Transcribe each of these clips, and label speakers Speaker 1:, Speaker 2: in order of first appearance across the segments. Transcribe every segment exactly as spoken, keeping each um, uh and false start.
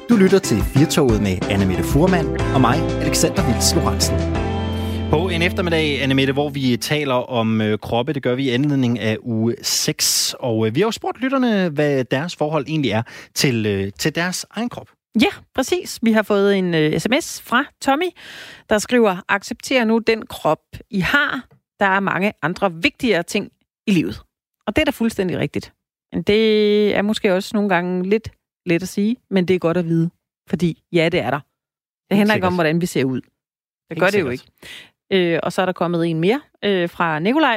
Speaker 1: Du lytter til Firtoget med Anne-Mette Fuhrmann og mig, Alexander Vils Lorentzen. På en eftermiddag, Anne-Mette, hvor vi taler om øh, kroppe, det gør vi i anledning af uge seks. Og øh, vi har jo spurgt lytterne, hvad deres forhold egentlig er til, øh, til deres egen krop.
Speaker 2: Ja, præcis. Vi har fået en øh, sms fra Tommy, der skriver, accepter nu den krop, I har. Der er mange andre vigtigere ting i livet. Og det er da fuldstændig rigtigt. Men det er måske også nogle gange lidt let at sige, men det er godt at vide. Fordi ja, det er der. Det handler ikke om, hvordan vi ser ud. Det gør det jo ikke. Øh, og så er der kommet en mere øh, fra Nikolaj.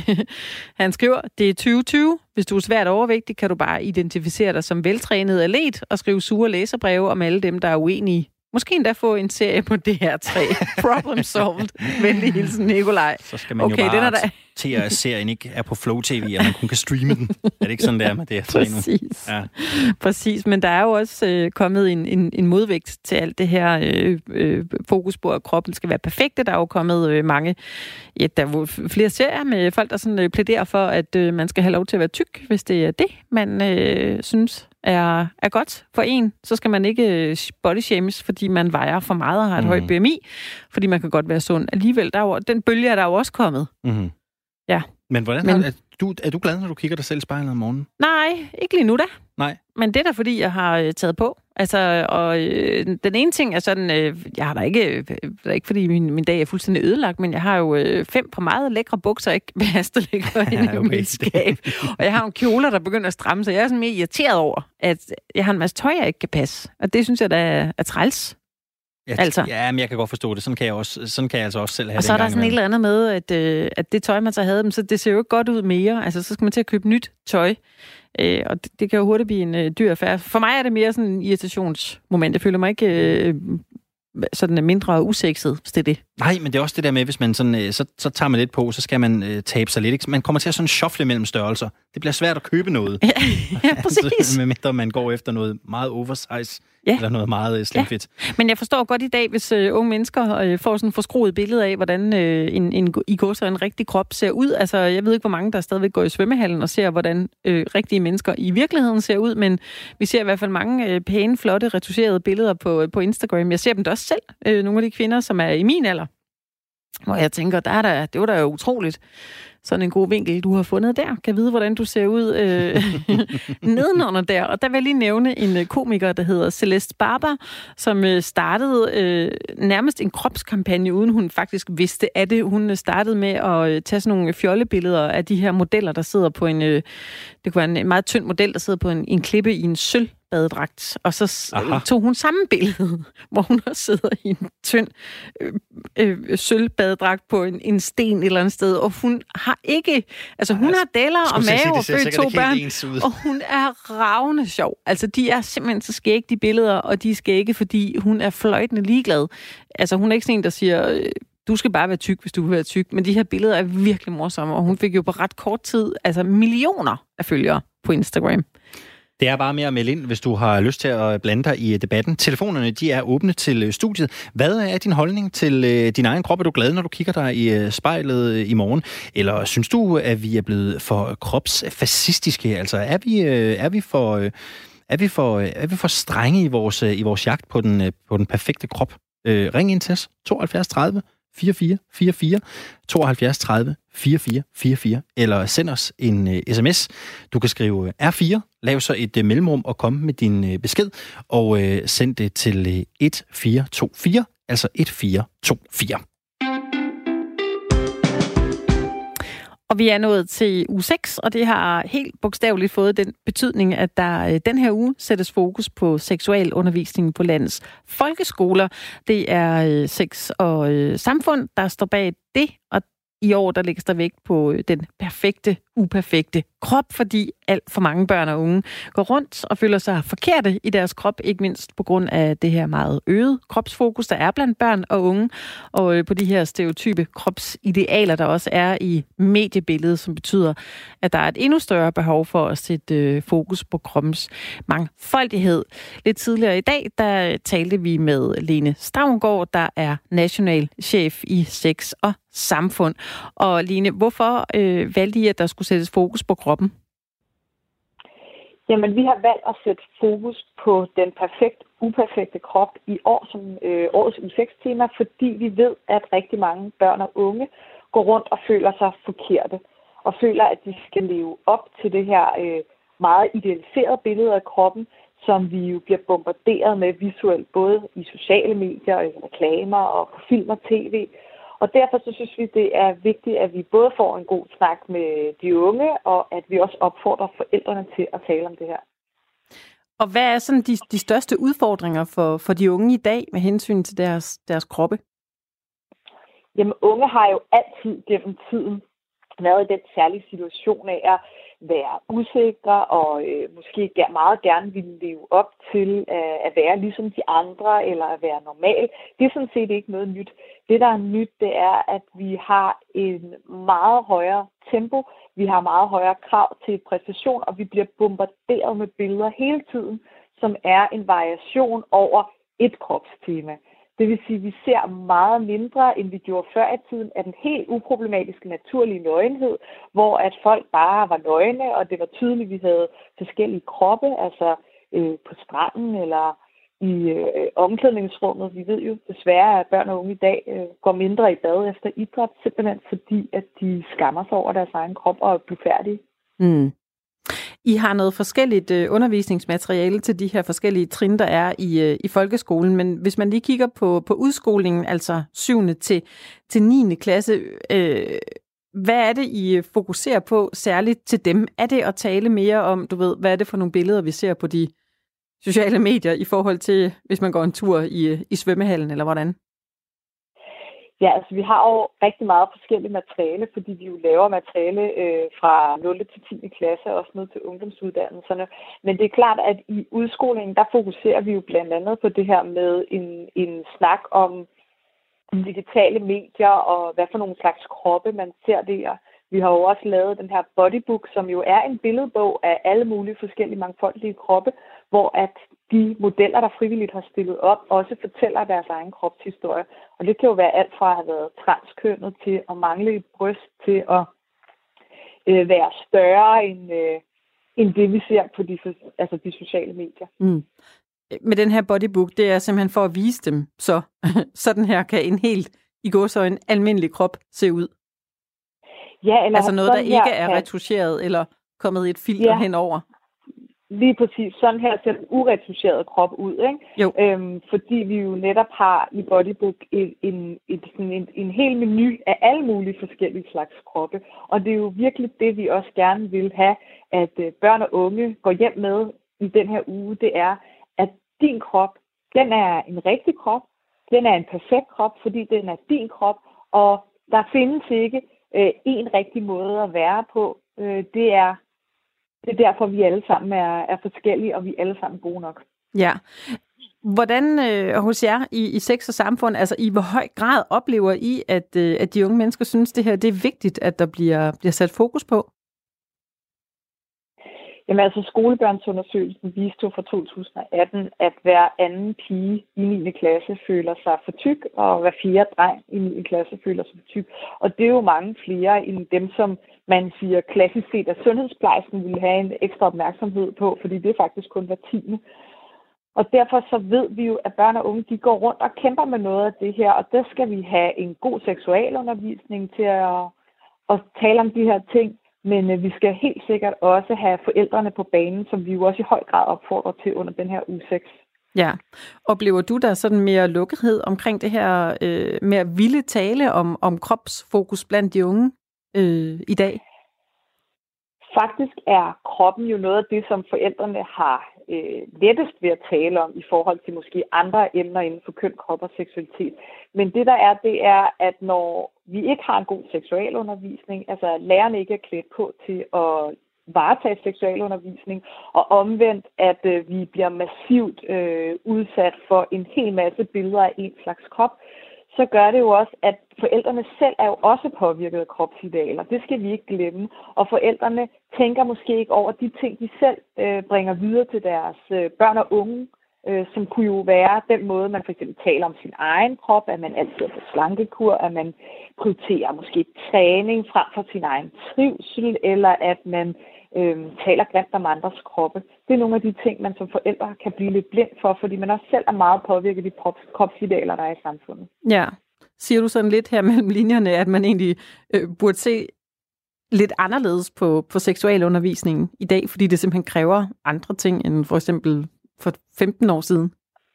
Speaker 2: Han skriver, det er tyve tyve. Hvis du er svært overvægtig, kan du bare identificere dig som veltrænet atlet og skrive sure læserbreve om alle dem, der er uenige. Måske endda få en serie på D R tre. Problem solved. Venlig hilsen, Nikolaj.
Speaker 1: Så skal man okay, jo bare der... til at serien ikke er på Flow T V, og man kun kan streame den. Er det ikke sådan, det er med D R tre nu?
Speaker 2: Præcis. Ja. Præcis, men der er jo også øh, kommet en, en, en modvægt til alt det her øh, øh, fokus på, at kroppen skal være perfekte. Der er jo kommet øh, mange, ja, der er flere serier med folk, der sådan, øh, plæderer for, at øh, man skal have lov til at være tyk, hvis det er det, man øh, synes er, er godt for en. Så skal man ikke body shames, fordi man vejer for meget og har et mm. højt B M I, fordi man kan godt være sund. Alligevel, der er jo, den bølge er der jo også kommet. Mm. Ja.
Speaker 1: Men hvordan Men, er, er, du, er du glad, når du kigger dig selv i spejlet om morgenen?
Speaker 2: Nej, ikke lige nu da.
Speaker 1: Nej.
Speaker 2: Men det er da, fordi jeg har øh, taget på. Altså, og øh, den ene ting er sådan, øh, jeg har da ikke, øh, det er ikke fordi min, min dag er fuldstændig ødelagt, men jeg har jo øh, fem på meget lækre bukser, ikke belastet ligger inde i okay. mit skab. Og jeg har nogle kjoler, der begynder at stramme, så jeg er sådan mere irriteret over, at jeg har en masse tøj, jeg ikke kan passe. Og det synes jeg, der er, er træls.
Speaker 1: Ja,
Speaker 2: altså.
Speaker 1: ja, men jeg kan godt forstå det. Sådan kan jeg, også, sådan kan jeg altså også selv have
Speaker 2: og
Speaker 1: det.
Speaker 2: Og så er der sådan et eller andet med, at, øh, at det tøj, man så havde, så det ser jo ikke godt ud mere. Altså, så skal man til at købe nyt tøj. Øh, og det, det kan jo hurtigt blive en øh, dyr affære. For mig er det mere sådan en irritationsmoment. Jeg føler mig ikke øh, sådan mindre usekset, hvis det er det. Nej, men det er også det der med, hvis man sådan, øh, så, så tager man lidt på, så skal man øh, tabe sig lidt. Ikke? Man kommer til at sådan shuffle mellem størrelser. Det bliver svært at købe noget. Ja, ja præcis. altså, medmindre man går efter noget meget oversize. Ja. Eller noget meget slimfit. Ja. Men jeg forstår godt i dag, hvis øh, unge mennesker øh, får sådan et forskruet billede af, hvordan øh, en, en, i går så en rigtig krop ser ud. Altså, jeg ved ikke, hvor mange der stadigvæk går i svømmehallen og ser, hvordan øh, rigtige mennesker i virkeligheden ser ud, men vi ser i hvert fald mange øh, pæne, flotte, retuscherede billeder på, på Instagram. Jeg ser dem da også selv, øh, nogle af de kvinder, som er i min alder. Hvor jeg tænker, der er der, det var da utroligt. Sådan en god vinkel, du har fundet der. Kan vide, hvordan du ser ud øh, nedenunder der. Og der vil jeg lige nævne en komiker, der hedder Celeste Barber, som øh, startede øh, nærmest en kropskampagne, uden hun faktisk vidste af det. Hun startede med at øh, tage sådan nogle fjollebilleder af de her modeller, der sidder på en... Øh, det kunne være en meget tynd model, der sidder på en, en klippe i en sølv badedragt, og så Aha. tog hun samme billede, hvor hun også sidder i en tynd øh, øh, sølvbadedragt på en, en sten et eller andet sted, og hun har ikke, altså hun altså, har deller og mave og født to børn, og hun er ravende sjov. Altså de er simpelthen så skægge, de billeder, og de er skægge, fordi hun er fløjtende ligeglad. Altså hun er ikke sådan en, der siger... Øh, du skal bare være tyk, hvis du vil være tyk. Men de her billeder er virkelig morsomme, og hun fik jo på ret kort tid altså millioner af følgere på Instagram.
Speaker 1: Det er bare mere at melde ind, hvis du har lyst til at blande dig i debatten. Telefonerne, de er åbne til studiet. Hvad er din holdning til din egen krop? Er du glad, når du kigger dig i spejlet i morgen? Eller synes du, at vi er blevet for kropsfascistiske? Altså, er vi, er vi for... Er vi for, er vi for strenge i vores, i vores jagt på den, på den perfekte krop? Øh, ring ind til os. tooghalvfjerds tredive fireogfyrre fireogfyrre, tooghalvfjerds tredive fireogfyrre fireogfyrre, eller send os en uh, sms. Du kan skrive R fire, lav så et uh, mellemrum og kom med din uh, besked, og uh, send det til uh, et fire to fire, altså et fire to fire.
Speaker 2: Og vi er nået til uge seks, og det har helt bogstaveligt fået den betydning, at der den her uge sættes fokus på seksualundervisning på landets folkeskoler. Det er Sex og Samfund, der står bag det, og i år der lægges der vægt på den perfekte, uperfekte krop, fordi alt for mange børn og unge går rundt og føler sig forkerte i deres krop, ikke mindst på grund af det her meget øget kropsfokus, der er blandt børn og unge, og på de her stereotype kropsidealer, der også er i mediebilledet, som betyder, at der er et endnu større behov for at sætte fokus på kroppens mangfoldighed. Lidt tidligere i dag, der talte vi med Lene Stavngård, der er national chef i Sex og Samfund. Og Line, hvorfor øh, valgte I, at der skulle sættes fokus på kroppen?
Speaker 3: Jamen, vi har valgt at sætte fokus på den perfekt uperfekte krop i år som øh, årets U seks tema, fordi vi ved, at rigtig mange børn og unge går rundt og føler sig forkerte, og føler, at de skal leve op til det her øh, meget idealiserede billede af kroppen, som vi jo bliver bombarderet med visuelt, både i sociale medier, i reklamer og på film og tv. Og derfor så synes vi, det er vigtigt, at vi både får en god snak med de unge, og at vi også opfordrer forældrene til at tale om det her.
Speaker 2: Og hvad er sådan de, de største udfordringer for, for de unge i dag med hensyn til deres, deres kroppe?
Speaker 3: Jamen, unge har jo altid gennem tiden været i den særlige situation af at være usikre og øh, måske meget gerne ville leve op til øh, at være ligesom de andre eller at være normal. Det er sådan set ikke noget nyt. Det, der er nyt, det er, at vi har en meget højere tempo. Vi har meget højere krav til præstation, og vi bliver bombarderet med billeder hele tiden, som er en variation over et kropstema. Det vil sige, at vi ser meget mindre, end vi gjorde før i tiden, af den helt uproblematiske naturlige nøgenhed, hvor at folk bare var nøgne, og det var tydeligt, at vi havde forskellige kroppe, altså øh, på stranden eller i øh, omklædningsrummet. Vi ved jo desværre, at børn og unge i dag øh, går mindre i bad efter idræt, simpelthen fordi, at de skammer sig over deres egen krop og er blufærdige.
Speaker 2: Mm. I har noget forskelligt øh, undervisningsmateriale til de her forskellige trin, der er i, øh, i folkeskolen, men hvis man lige kigger på, på udskolingen, altså syvende til, til niende klasse, øh, hvad er det, I fokuserer på særligt til dem? Er det at tale mere om, du ved, hvad er det for nogle billeder, vi ser på de sociale medier i forhold til, hvis man går en tur i, i svømmehallen, eller hvordan?
Speaker 3: Ja, altså vi har jo rigtig meget forskellige materiale, fordi vi jo laver materiale øh, fra nul til tiende klasse og også ned til ungdomsuddannelserne. Men det er klart, at i udskolingen, der fokuserer vi jo blandt andet på det her med en, en snak om digitale medier og hvad for nogle slags kroppe man ser der. Vi har jo også lavet den her bodybook, som jo er en billedbog af alle mulige forskellige mangfoldige kroppe, hvor at de modeller, der frivilligt har stillet op, også fortæller deres egen kropshistorie. Og det kan jo være alt fra at have været transkønnet til at mangle et bryst, til at øh, være større end, øh, end det, vi ser på de, altså de sociale medier.
Speaker 2: Mm. Med den her bodybook, det er simpelthen for at vise dem, så sådan her kan en helt i gåseøjne almindelig krop se ud.
Speaker 3: Ja, eller
Speaker 2: altså noget, der ikke er kan... retuscheret eller kommet i et filter ja. henover.
Speaker 3: Lige præcis. Sådan her ser den uretuscheret krop ud, ikke?
Speaker 2: Jo.
Speaker 3: Øhm, fordi vi jo netop har i Bodybook en, en, en, en, en hel menu af alle mulige forskellige slags kroppe. Og det er jo virkelig det, vi også gerne vil have, at øh, børn og unge går hjem med i den her uge. Det er, at din krop, den er en rigtig krop. Den er en perfekt krop, fordi den er din krop. Og der findes ikke øh, en rigtig måde at være på. Øh, det er Det er derfor, vi alle sammen er, er forskellige, og vi er alle sammen gode nok.
Speaker 2: Ja. Hvordan øh, hos jer i, i Sex og Samfund, altså i hvor høj grad oplever I, at, øh, at de unge mennesker synes, det her det er vigtigt, at der bliver, bliver sat fokus på?
Speaker 3: Jamen altså, skolebørnsundersøgelsen viste jo fra to tusind og atten, at hver anden pige i niende klasse føler sig for tyk, og hver fjerde dreng i niende klasse føler sig for tyk. Og det er jo mange flere end dem, som man siger klassisk set, at sundhedsplejersken ville have en ekstra opmærksomhed på, fordi det er faktisk kun hver tiende. Og derfor så ved vi jo, at børn og unge, de går rundt og kæmper med noget af det her, og der skal vi have en god seksualundervisning til at, at tale om de her ting. Men øh, vi skal helt sikkert også have forældrene på banen, som vi jo også i høj grad opfordrer til under den her uge seks.
Speaker 2: Ja. Oplever du der sådan mere lukkethed omkring det her, øh, mere vilde tale om, om kropsfokus blandt de unge øh, i dag?
Speaker 3: Faktisk er kroppen jo noget af det, som forældrene har øh, lettest ved at tale om i forhold til måske andre emner inden for køn, krop og seksualitet. Men det der er, det er, at når vi ikke har en god seksualundervisning, altså lærerne ikke er klædt på til at varetage seksualundervisning, og omvendt, at øh, vi bliver massivt øh, udsat for en hel masse billeder af en slags krop, så gør det jo også, at forældrene selv er jo også påvirket af kropsidealer. Det skal vi ikke glemme. Og forældrene tænker måske ikke over de ting, de selv øh, bringer videre til deres øh, børn og unge. øh, som kunne jo være den måde, man for eksempel taler om sin egen krop, at man altid er på slankekur, at man prioriterer måske træning frem for sin egen trivsel, eller at man øh, taler grimt om andres kroppe. Det er nogle af de ting, man som forældre kan blive lidt blind for, fordi man også selv er meget påvirket af de kropsidealer, der er i samfundet.
Speaker 2: Ja. Siger du sådan lidt her mellem linjerne, at man egentlig øh, burde se lidt anderledes på, på seksualundervisningen i dag, fordi det simpelthen kræver andre ting end for eksempel for femten år siden?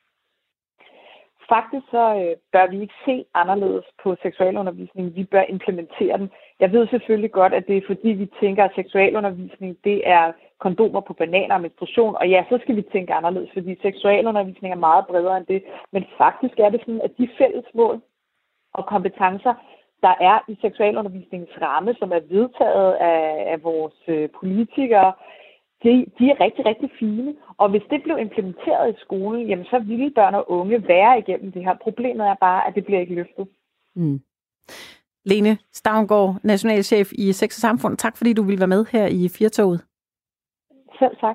Speaker 3: Faktisk så øh, bør vi ikke se anderledes på seksualundervisningen. Vi bør implementere den. Jeg ved selvfølgelig godt, at det er fordi, vi tænker, at seksualundervisning, det er kondomer på bananer og menstruation. Og ja, så skal vi tænke anderledes, fordi seksualundervisning er meget bredere end det. Men faktisk er det sådan, at de fælles mål og kompetencer, der er i seksualundervisningens ramme, som er vedtaget af, af vores øh, politikere, de, de er rigtig, rigtig fine. Og hvis det blev implementeret i skolen, jamen så ville børn og unge være igennem det her. Problemet er bare, at det bliver ikke løftet.
Speaker 2: Mm. Lene Stavngård, nationalchef i Sex og Samfund. Tak fordi du ville være med her i Firtoget.
Speaker 3: Selv tak.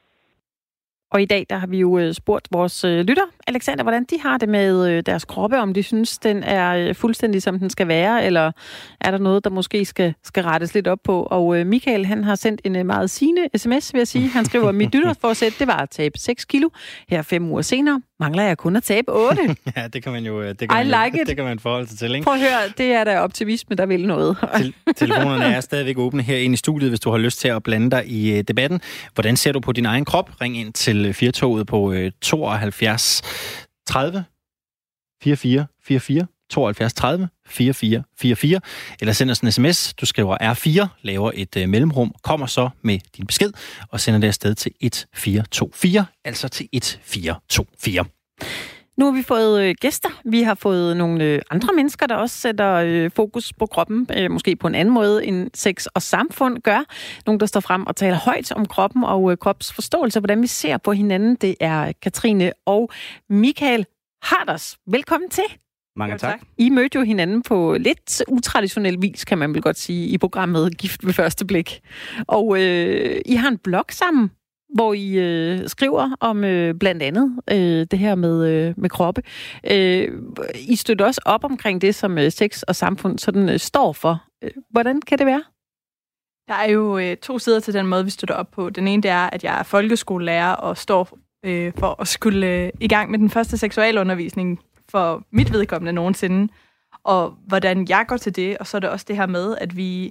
Speaker 2: Og i dag, der har vi jo spurgt vores lytter, Alexander, hvordan de har det med deres kroppe, om de synes, den er fuldstændig, som den skal være, eller er der noget, der måske skal, skal rettes lidt op på. Og Michael, han har sendt en meget sigende sms, vil jeg sige. Han skriver, mit nytårsforsæt, det var at tabe seks kilo. Her fem uger senere mangler jeg kun at tabe otte.
Speaker 1: Ja, det kan man jo det kan
Speaker 2: I
Speaker 1: man,
Speaker 2: like
Speaker 1: jo,
Speaker 2: it.
Speaker 1: det kan man forholde sig til, ikke?
Speaker 2: Prøv at høre, det er der optimisme, der vil noget.
Speaker 1: Te- telefonerne er stadigvæk åbne herinde i studiet, hvis du har lyst til at blande dig i debatten. Hvordan ser du på din egen krop? Ring ind til Firtoget på tooghalvfjerds tredive fireogfyrre fireogfyrre, tooghalvfjerds tredive fireogfyrre fireogfyrre, eller send os en sms. Du skriver R fire, laver et uh, mellemrum, kommer så med din besked, og sender det afsted til et fire to fire, altså til et fire to fire.
Speaker 2: Nu har vi fået øh, gæster. Vi har fået nogle øh, andre mennesker, der også sætter øh, fokus på kroppen, øh, måske på en anden måde end Sex og Samfund gør. Nogle, der står frem og taler højt om kroppen og øh, kropsforståelse, hvordan vi ser på hinanden. Det er Katrine og Michael Harders. Velkommen til.
Speaker 4: Mange tak.
Speaker 2: I mødte jo hinanden på lidt utraditionel vis, kan man vel godt sige, i programmet Gift ved første blik. Og øh, I har en blog sammen, hvor I øh, skriver om øh, blandt andet øh, det her med, øh, med kroppe. Øh, I støtter også op omkring det, som øh, Sex og Samfund sådan, øh, står for. Øh, hvordan kan det være?
Speaker 5: Der er jo øh, to sider til den måde, vi støtter op på. Den ene, det er, at jeg er folkeskolelærer og står øh, for at skulle øh, i gang med den første seksualundervisning for mit vedkommende nogensinde. Og hvordan jeg går til det. Og så er det også det her med, at vi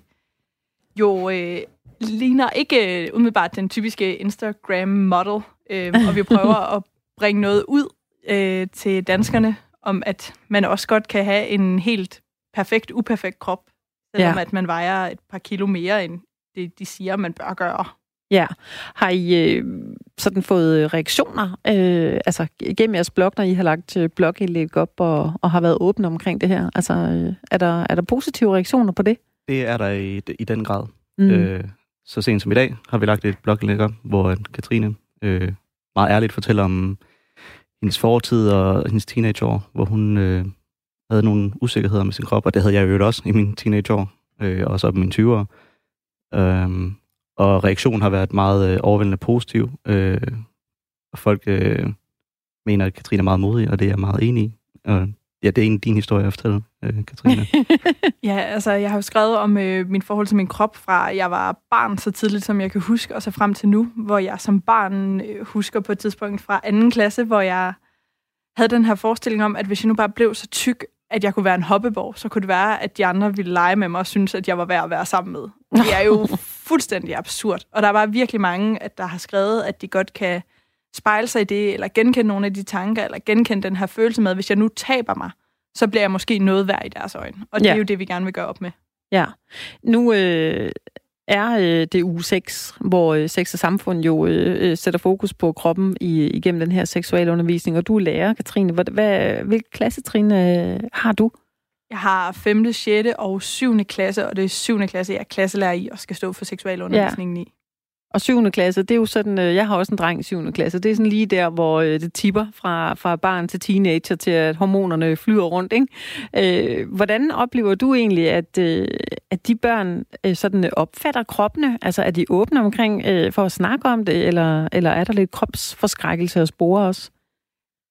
Speaker 5: jo øh, ligner ikke øh, umiddelbart den typiske Instagram-model. Øh, og vi prøver at bringe noget ud øh, til danskerne, om at man også godt kan have en helt perfekt, uperfekt krop. Selvom ja. at man vejer et par kilo mere, end det, de siger, man bør gøre.
Speaker 2: Ja. Har I øh, sådan fået reaktioner, øh, altså gennem jeres blog, når I har lagt øh, blogindlæg op og, og har været åbne omkring det her? Altså, øh, er, der, er der positive reaktioner på det?
Speaker 4: Det er der i, i den grad. Mm. Øh, så sent som i dag har vi lagt et blogindlæg op, hvor Katrine øh, meget ærligt fortæller om hendes fortid og hendes teenageår, hvor hun øh, havde nogle usikkerheder med sin krop, og det havde jeg jo også i mine teenageår, øh, og så på mine tyvere. Øh, og reaktionen har været meget øh, overvældende positiv. Øh, og folk øh, mener, at Katrine er meget modig, og det er jeg meget enig i. Og ja, det er en din historie at fortælle, øh, Katrine.
Speaker 5: Ja, altså jeg har jo skrevet om øh, min forhold til min krop fra jeg var barn så tidligt, som jeg kan huske, og så frem til nu, hvor jeg som barn øh, husker på et tidspunkt fra anden klasse, hvor jeg havde den her forestilling om, at hvis jeg nu bare blev så tyk, at jeg kunne være en hoppeborg, så kunne det være, at de andre ville lege med mig og synes, at jeg var værd at være sammen med. Det er jo fuldstændig absurd. Og der er bare virkelig mange, at der har skrevet, at de godt kan spejle sig i det, eller genkende nogle af de tanker, eller genkende den her følelse med, at hvis jeg nu taber mig, så bliver jeg måske noget værd i deres øjne. Og det ja. er jo det, vi gerne vil gøre op med.
Speaker 2: Ja. Nu øh, er øh, det uge seks, hvor øh, Sex og Samfund jo øh, sætter fokus på kroppen i, igennem den her seksualundervisning, og du er lærer, Katrine. Hvad, hvad, hvilke klassetrin øh, har du?
Speaker 5: Jeg har femte, sjette og syvende klasse, og det er syvende klasse, jeg er klasselærer i og skal stå for seksualundervisningen ja. i.
Speaker 2: Og syvende klasse, det er jo sådan, jeg har også en dreng i syvende klasse, det er sådan lige der, hvor det tipper fra, fra barn til teenager til, at hormonerne flyver rundt, ikke? Øh, hvordan oplever du egentlig, at, at de børn sådan opfatter kroppene? Altså, er de åbne omkring for at snakke om det, eller, eller er der lidt kropsforskrækkelse at spore også?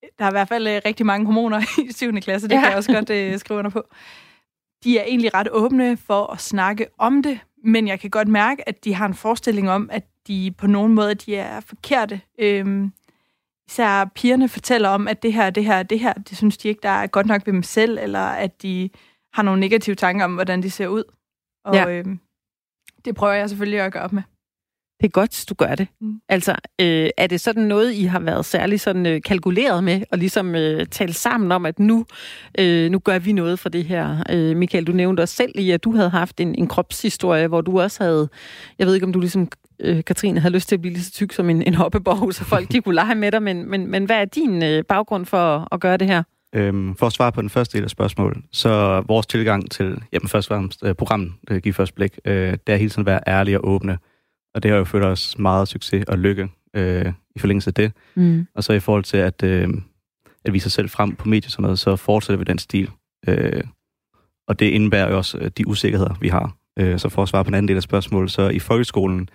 Speaker 5: der er i hvert fald øh, rigtig mange hormoner i syvende klasse, det ja. kan jeg også godt øh, skrive under på. De er egentlig ret åbne for at snakke om det, men jeg kan godt mærke, at de har en forestilling om, at de på nogen måde de er forkerte. Øhm, især pigerne fortæller om, at det her, det her, det her, det synes de ikke, der er godt nok ved dem selv, eller at de har nogle negative tanker om, hvordan de ser ud. Og ja. øhm, det prøver jeg selvfølgelig at gøre op med.
Speaker 2: Det er godt, du gør det. Mm. Altså, øh, er det sådan noget, I har været særlig sådan øh, kalkuleret med, og ligesom øh, talt sammen om, at nu, øh, nu gør vi noget for det her? Øh, Michael, du nævnte også selv i, at du havde haft en, en kropshistorie, hvor du også havde, jeg ved ikke, om du ligesom, øh, Katrine, havde lyst til at blive lige så tyk som en, en hoppeborg, så folk de kunne lege med dig, men, men, men hvad er din øh, baggrund for at, at gøre det her?
Speaker 4: Øhm, for at svare på den første del af spørgsmålet, så vores tilgang til, jamen først og fremmest, øh, programmet, øh, Giv Først Blik, øh, det er hele tiden at være ærlig og åbne. Og det har jo følt os meget succes og lykke øh, i forlængelse af det. Mm. Og så i forhold til at, øh, at vise sig selv frem på medier og sådan noget, så fortsætter vi den stil. Øh, og det indebærer jo også de usikkerheder, vi har. Øh, så for at svare på den anden del af spørgsmålet, så i folkeskolen,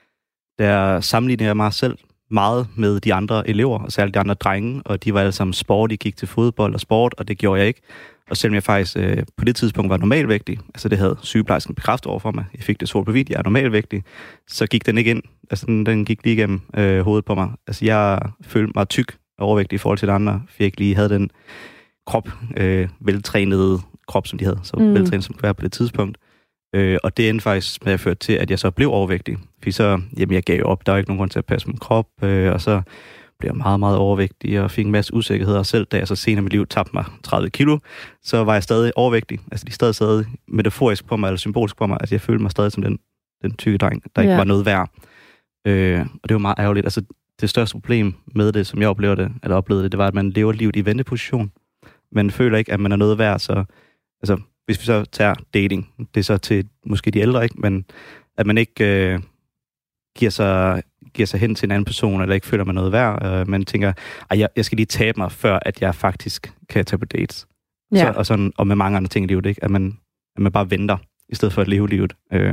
Speaker 4: der sammenligner jeg mig selv meget med de andre elever, og særligt de andre drenge, og de var alle sammen sport, de gik til fodbold og sport, og det gjorde jeg ikke. Og selvom jeg faktisk øh, på det tidspunkt var normalvægtig, altså det havde sygeplejersken bekræftet over for mig, jeg fik det sort på hvidt, jeg er normalvægtig, så gik den ikke ind, altså den, den gik lige igennem øh, hovedet på mig. Altså jeg følte mig tyk og overvægtig i forhold til de andre, for jeg ikke lige havde den krop, øh, veltrænede krop, som de havde, så mm. veltrænet som kunne være på det tidspunkt. Øh, og det endte faktisk med at føre til, at jeg så blev overvægtig, fordi så, jamen jeg gav op, der var ikke nogen grund til at passe min krop, øh, og så blev jeg meget, meget overvægtig og fik en masse usikkerheder. Og selv da jeg så senere i mit liv tabte mig tredive kilo, så var jeg stadig overvægtig. Altså de stadig stadig metaforisk på mig, eller symbolisk på mig. Altså jeg følte mig stadig som den, den tykke dreng, der ikke ja. var noget værd. Øh, og det var meget ærgerligt. Altså det største problem med det, som jeg oplever det, eller oplevede det, det var, at man lever livet i venteposition. Man føler ikke, at man er noget værd, så altså hvis vi så tager dating, det er så til måske de ældre, ikke? Men at man ikke øh, giver sig giver sig hen til en anden person, eller ikke føler mig noget værd. Øh, man tænker, jeg, jeg skal lige tabe mig, før at jeg faktisk kan tage på dates. Ja. Så, og, sådan, og med mange andre ting i livet, ikke? At, man, at man bare venter, i stedet for at leve livet. Øh.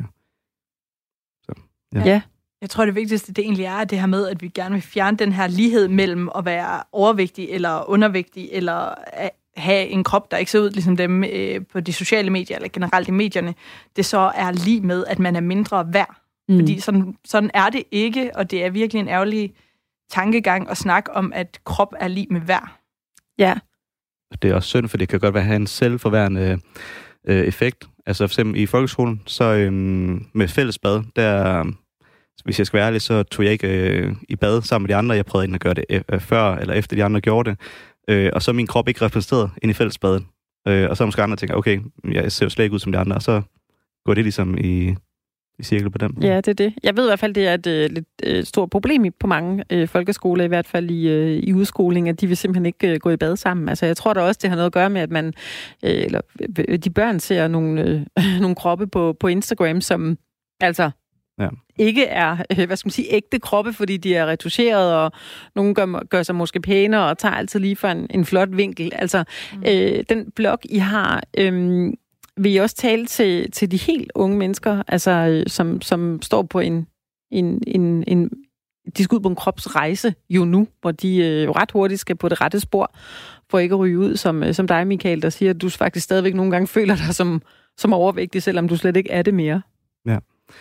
Speaker 4: Så, ja.
Speaker 2: ja.
Speaker 5: Jeg tror, det vigtigste, det egentlig er det her med, at vi gerne vil fjerne den her lighed mellem at være overvægtig eller undervægtig, eller have en krop, der ikke ser ud ligesom dem øh, på de sociale medier, eller generelt i medierne. Det så er lige med, at man er mindre værd. Mm. Fordi sådan, sådan er det ikke, og det er virkelig en ærgerlig tankegang at snakke om, at krop er lige med værd.
Speaker 2: Ja.
Speaker 4: Det er også synd, for det kan godt være have en selvforværende øh, effekt. Altså for eksempel i folkeskolen, så øh, med fællesbad, der, hvis jeg skal være ærlig, så tog jeg ikke øh, i bad sammen med de andre. Jeg prøvede ikke at gøre det øh, før eller efter de andre gjorde det. Øh, og så er min krop ikke repræsenteret ind i fællesbadet. Øh, og så måske andre tænker, okay, jeg ser jo slet ikke ud som de andre, og så går det ligesom i... i cirkel på dem.
Speaker 2: Ja, det er det. Jeg ved i hvert fald, det er et øh, lidt øh, stort problem på mange øh, folkeskoler, i hvert fald i, øh, i udskoling, at de vil simpelthen ikke øh, gå i bad sammen. Altså, jeg tror da også, det har noget at gøre med, at man, øh, eller de børn ser nogle, øh, nogle kroppe på, på Instagram, som altså ja. ikke er, øh, hvad skal man sige, ægte kroppe, fordi de er retuscheret, og nogen gør, gør sig måske pænere, og tager altid lige for en, en flot vinkel. Altså, mm. øh, den blog, I har... Øh, vil I også tale til, til de helt unge mennesker, altså, som, som står på en, en, en, en... De skal ud på en kropsrejse jo nu, hvor de øh, ret hurtigt skal på det rette spor, for ikke at ryge ud, som, som dig, Michael, der siger, at du faktisk stadigvæk nogle gange føler dig som, som overvægtig, selvom du slet ikke er det mere.
Speaker 4: Ja.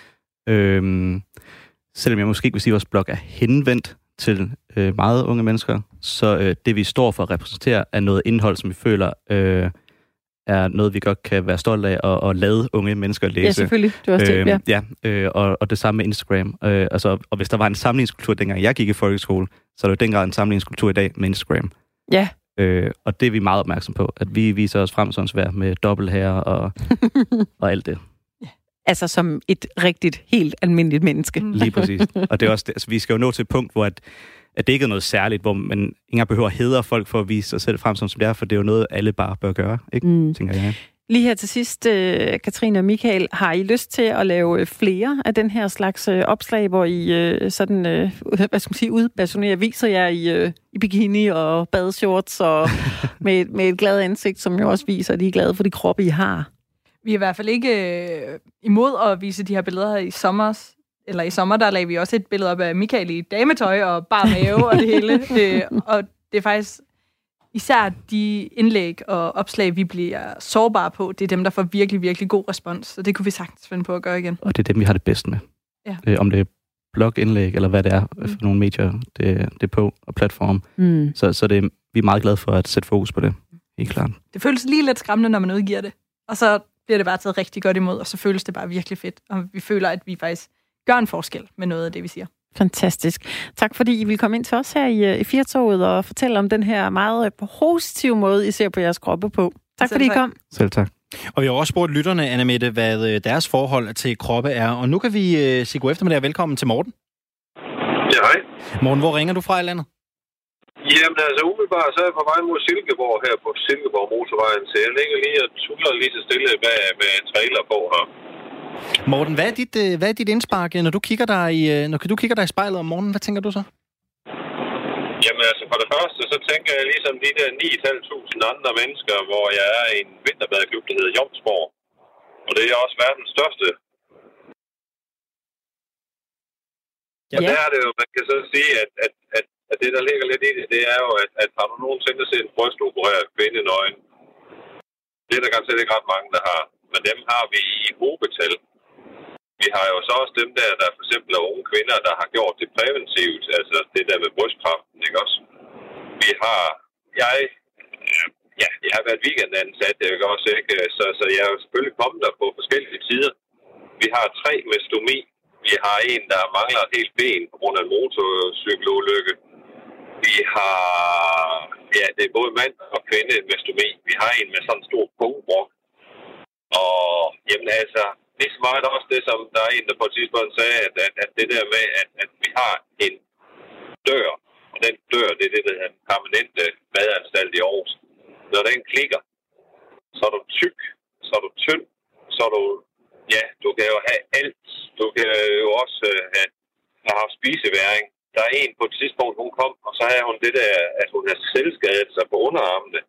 Speaker 4: Øhm, selvom jeg måske ikke vil sige, at vores blog er henvendt til øh, meget unge mennesker, så øh, det, vi står for at repræsentere, er noget indhold, som vi føler... Øh, er noget, vi godt kan være stolt af at, at lade unge mennesker læse.
Speaker 2: Ja, selvfølgelig. Det var også
Speaker 4: øhm,
Speaker 2: det,
Speaker 4: ja. ja øh, og, og det samme med Instagram. Øh, altså, og hvis der var en sammenligningskultur, dengang jeg gik i folkeskole, så er der jo dengang en sammenligningskultur i dag med Instagram.
Speaker 2: Ja.
Speaker 4: Øh, og det er vi meget opmærksom på, at vi viser os frem som svær med dobbelthager og, og alt det.
Speaker 2: Ja. Altså som et rigtigt, helt almindeligt menneske.
Speaker 4: Lige præcis. Og det er også det, altså, vi skal jo nå til et punkt, hvor at at det ikke er noget særligt, hvor man ingen behøver at hædre folk for at vise sig selv frem som det er, for det er jo noget, alle bare bør gøre, ikke? Mm. Tænker jeg.
Speaker 2: Lige her til sidst, uh, Katrine og Michael, har I lyst til at lave flere af den her slags uh, opslag, hvor I uh, sådan, uh, hvad skal man sige, udbasunerer, viser jer i, uh, i bikini og badeshorts og med, med et glad ansigt, som jo også viser, at I er glade for de kroppe, I har?
Speaker 5: Vi er i hvert fald ikke uh, imod at vise de her billeder i sommer. Eller i sommer, der lagde vi også et billede op af Michael i dametøj og bare mave og det hele. øh, og det er faktisk især de indlæg og opslag, vi bliver sårbare på, det er dem, der får virkelig, virkelig god respons. Så det kunne vi sagtens finde på at gøre igen.
Speaker 4: Og det er dem, vi har det bedst med.
Speaker 5: Ja.
Speaker 4: Øh, om det er blogindlæg, eller hvad det er for mm. nogle medier, det, det er på, og platform. Mm. Så, så det er, vi er meget glade for at sætte fokus på det. Helt klart.
Speaker 5: Det føles lige lidt skræmmende, når man udgiver det. Og så bliver det bare taget rigtig godt imod, og så føles det bare virkelig fedt. Og vi føler, at vi faktisk gør en forskel med noget af det, vi siger.
Speaker 2: Fantastisk. Tak fordi I vil komme ind til os her i, i Firtoget og fortælle om den her meget positive måde, I ser på jeres kroppe på. Tak
Speaker 5: Selv
Speaker 2: fordi
Speaker 5: tak.
Speaker 2: I kom.
Speaker 4: Selv tak.
Speaker 1: Og vi har også spurgt lytterne, Anna-Mette, hvad deres forhold til kroppe er. Og nu kan vi uh, sige god eftermiddag. Velkommen til Morten.
Speaker 6: Ja, hej.
Speaker 1: Morten, hvor ringer du fra i landet?
Speaker 6: Jamen altså umiddelbart, så er jeg på vej mod Silkeborg her på Silkeborg motorvejen, så jeg ligger lige og tuller lige så stille med, med en trailer på her.
Speaker 1: Morten, hvad er dit, hvad er dit indspark, når du kigger dig i, når du kigger dig i spejlet om morgenen? Hvad tænker du så?
Speaker 6: Jamen altså for det første, så tænker jeg ligesom de der ni tusind fem hundrede andre mennesker, hvor jeg er i en vinterbadeklub, der hedder Jomsborg. Og det er også verdens største. Ja. Og der er det jo, man kan så sige, at, at, at, at det, der ligger lidt i det, det er jo, at, at har du nogensinde set en brystopereret kvindenøgen? Det er der garanteret ikke ret mange, der har. Men dem har vi i hobetal. Vi har jo så også dem der, der for eksempel er unge kvinder, der har gjort det præventivt. Altså det der med brystkræften, ikke også? Vi har, jeg, ja, jeg har været weekendansat, jeg kan også ikke, så, så jeg er jo selvfølgelig kommet der på forskellige tider. Vi har tre med stomi. Vi har en, der mangler et helt ben på grund af en motorcykelulykke. Vi har, ja, det er både mand og kvinde med stomi. Vi har en med sådan en stor punktbrok. Og jamen altså, det er så meget også det, som der er en, der på et tidspunkt sagde, at, at, at det der med, at, at vi har en dør, og den dør, det er det, der hedder en permanente badeanstalt i Aarhus. Når den klikker, så er du tyk, så er du tynd, så er du, ja, du kan jo have alt. Du kan jo også uh, have, have haft spiseværing. Der er en på et tidspunkt, hun kom, og så havde hun det der, at hun har selvskadet sig på underarmene.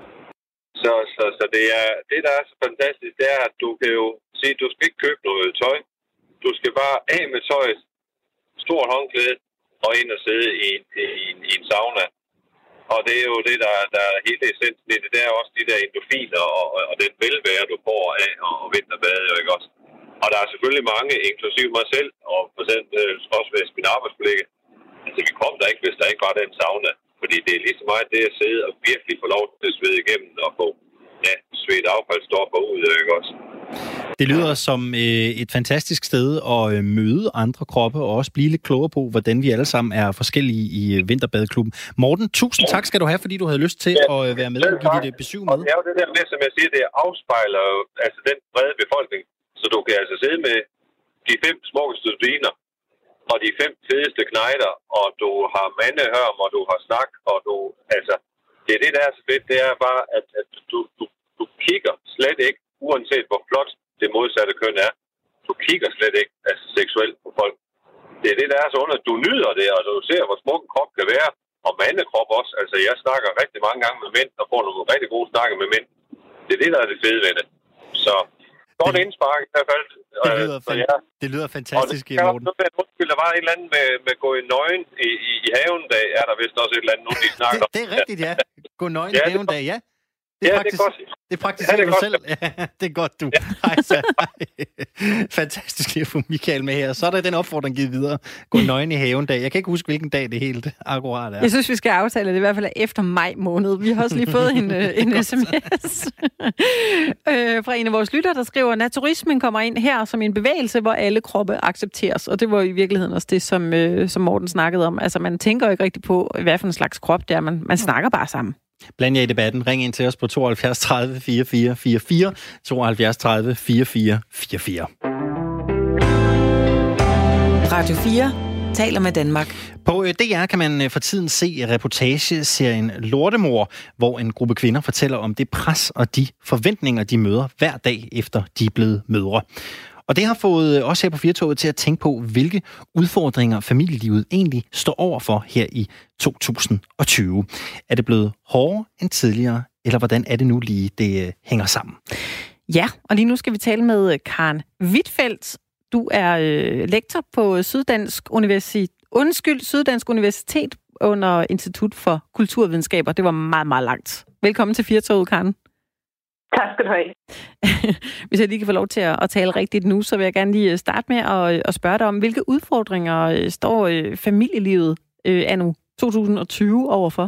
Speaker 6: Så, så, så det, er, det, der er så fantastisk, det er, at du kan jo sige, du skal ikke købe noget tøj. Du skal bare af med tøjet, stort håndklæde, og ind og sidde i, i, i, i en sauna. Og det er jo det, der, der er hele essensen i det. Det er også de der endorfiner og, og den velvære, du får af og vinterbade, ikke også? Og der er selvfølgelig mange, inklusive mig selv, og for eksempel også ved min arbejdskollega. Altså, vi kom der ikke, hvis der ikke var den sauna. Fordi det er lige så meget det at sidde og virkelig få lov til at svede igennem og få ja, svedt affaldsstoffer ud, ikke også?
Speaker 1: Det lyder som øh, et fantastisk sted at øh, møde andre kroppe og også blive lidt klogere på, hvordan vi alle sammen er forskellige i øh, Vinterbadeklubben. Morten, tusind tak skal du have, fordi du havde lyst til ja, at øh, være med og give dit øh, besøg med.
Speaker 6: Og det er jo det der med, som jeg siger, det afspejler altså den brede befolkning. Så du kan altså sidde med de fem smukkeste dyner og de fem fedeste knejder, og du har mandehørm, og du har snak, og du, altså, det er det, der er så fedt, det er bare, at, at du, du, du kigger slet ikke, uanset hvor flot det modsatte køn er, du kigger slet ikke altså, seksuelt på folk. Det er det, der er så under, at du nyder det, og du ser, hvor smuk en krop kan være, og mandekrop også. Altså, jeg snakker rigtig mange gange med mænd, og får nogle rigtig gode snakker med mænd. Det er det, der er det fede ved det. Så godt indspark i hvert fald.
Speaker 1: Det lyder, fan- ja. det lyder fantastisk,
Speaker 6: i
Speaker 1: Morten.
Speaker 6: Der var et eller andet med, med gå i nøgen i, i, i haven dag, er der vist også et eller andet, nu de snakker
Speaker 1: det, det er rigtigt, ja. Gå nøgen
Speaker 6: ja,
Speaker 1: i haven dag, ja. Det er
Speaker 6: ja,
Speaker 1: praktisk,
Speaker 6: det er godt.
Speaker 1: Det er praktisk
Speaker 6: ja, det er
Speaker 1: du
Speaker 6: godt.
Speaker 1: selv. Ja, det er godt, du. Ja. Ej, så, ej. Fantastisk at få Michael med her. Så er der den opfordring givet videre. Gå nøgen i haven dag. Jeg kan ikke huske, hvilken dag det helt akkurat er.
Speaker 2: Jeg synes, vi skal aftale, at det i hvert fald er efter maj måned. Vi har også lige fået en, en sms øh, fra en af vores lytter, der skriver, naturismen kommer ind her som en bevægelse, hvor alle kroppe accepteres. Og det var i virkeligheden også det, som, øh, som Morten snakkede om. Altså, man tænker jo ikke rigtig på, hvad for en slags krop det er. Man, man snakker bare sammen.
Speaker 1: Bland jer i debatten. Ring ind til os på tooghalvfjerds tredive fireogfyrre fireogfyrre, tooghalvfjerds tredive fireogfyrre fireogfyrre.
Speaker 7: Radio fire taler med Danmark.
Speaker 1: På D R kan man for tiden se reportageserien Lortemor, hvor en gruppe kvinder fortæller om det pres og de forventninger, de møder hver dag efter de er blevet mødre. Og det har fået os her på Firtoget til at tænke på, hvilke udfordringer familielivet egentlig står over for her i to tusind og tyve. Er det blevet hårdere end tidligere, eller hvordan er det nu lige, det hænger sammen?
Speaker 2: Ja, og lige nu skal vi tale med Karen Huitfeldt. Du er øh, lektor på Syddansk Universitet. Undskyld, Syddansk Universitet under Institut for Kulturvidenskaber. Det var meget, meget langt. Velkommen til Firtoget, Karen.
Speaker 8: Tak skal du have.
Speaker 2: Hvis jeg lige kan få lov til at, at tale rigtigt nu, så vil jeg gerne lige starte med at, at spørge dig om, hvilke udfordringer står familielivet anno to tusind og tyve overfor?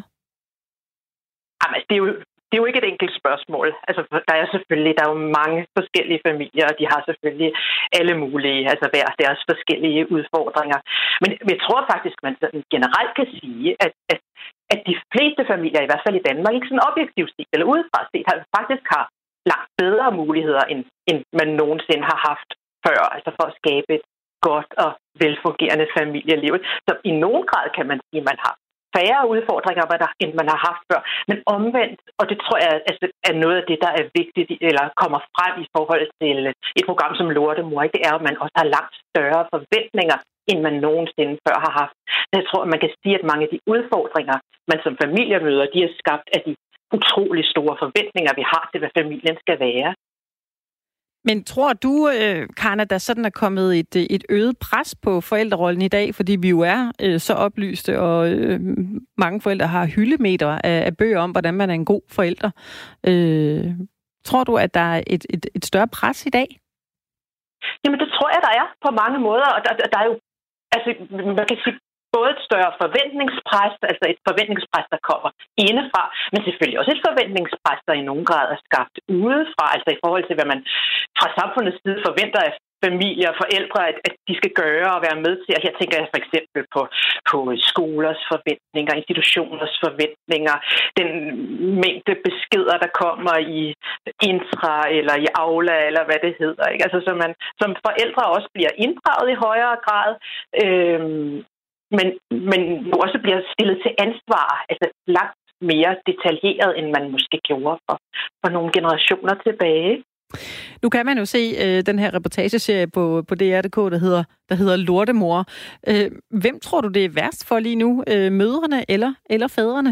Speaker 8: Jamen, det er jo Det er jo ikke et enkelt spørgsmål. Altså, der er selvfølgelig der er jo mange forskellige familier, og de har selvfølgelig alle mulige, altså hver deres forskellige udfordringer. Men jeg tror faktisk, man sådan generelt kan sige, at, at, at de fleste familier, i hvert fald i Danmark, ikke sådan objektivt set eller udefra set, har faktisk har langt bedre muligheder, end, end man nogensinde har haft før, altså for at skabe et godt og velfungerende familieliv. Så i nogen grad kan man sige, at man har færre udfordringer, end man har haft før. Men omvendt, og det tror jeg altså, er noget af det, der er vigtigt, eller kommer frem i forhold til et program som Lortemor, det er, at man også har langt større forventninger, end man nogensinde før har haft. Så jeg tror, at man kan sige, at mange af de udfordringer, man som familie møder, de er skabt af de utrolig store forventninger, vi har til, hvad familien skal være.
Speaker 2: Men tror du, Karen, at der sådan er kommet et, et øget pres på forældrerollen i dag, fordi vi jo er øh, så oplyste, og øh, mange forældre har hyldemeter af, af bøger om, hvordan man er en god forælder. Øh, tror du, at der er et, et, et større pres i dag?
Speaker 8: Jamen, det tror jeg, der er på mange måder, og der, der er jo, altså, man kan sige, både et større forventningspres, altså et forventningspres, der kommer indefra, men selvfølgelig også et forventningspres, der i nogen grad er skabt udefra, altså i forhold til, hvad man fra samfundets side forventer af familier og forældre, at, at de skal gøre og være med til. Og her tænker jeg for eksempel på, på skolers forventninger, institutioners forventninger, den mængde beskeder, der kommer i intra eller i aula, eller hvad det hedder. Ikke? Altså, så man som forældre også bliver inddraget i højere grad, øhm, men, men jo også bliver stillet til ansvar, altså langt mere detaljeret, end man måske gjorde for, for nogle generationer tilbage.
Speaker 2: Nu kan man jo se øh, den her reportageserie på, på D R punktum d k, der hedder, der hedder Lortemor. Øh, hvem tror du, det er værst for lige nu? Øh, mødrene eller, eller fædrene?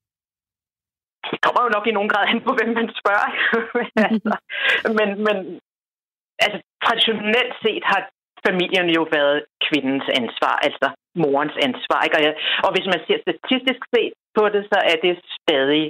Speaker 8: Det kommer jo nok i nogen grad hen på, hvem man spørger. altså, men, men altså, traditionelt set har familien jo været kvindens ansvar, altså morens ansvar. Ikke? Og, jeg, og hvis man ser statistisk set på det, så er det stadig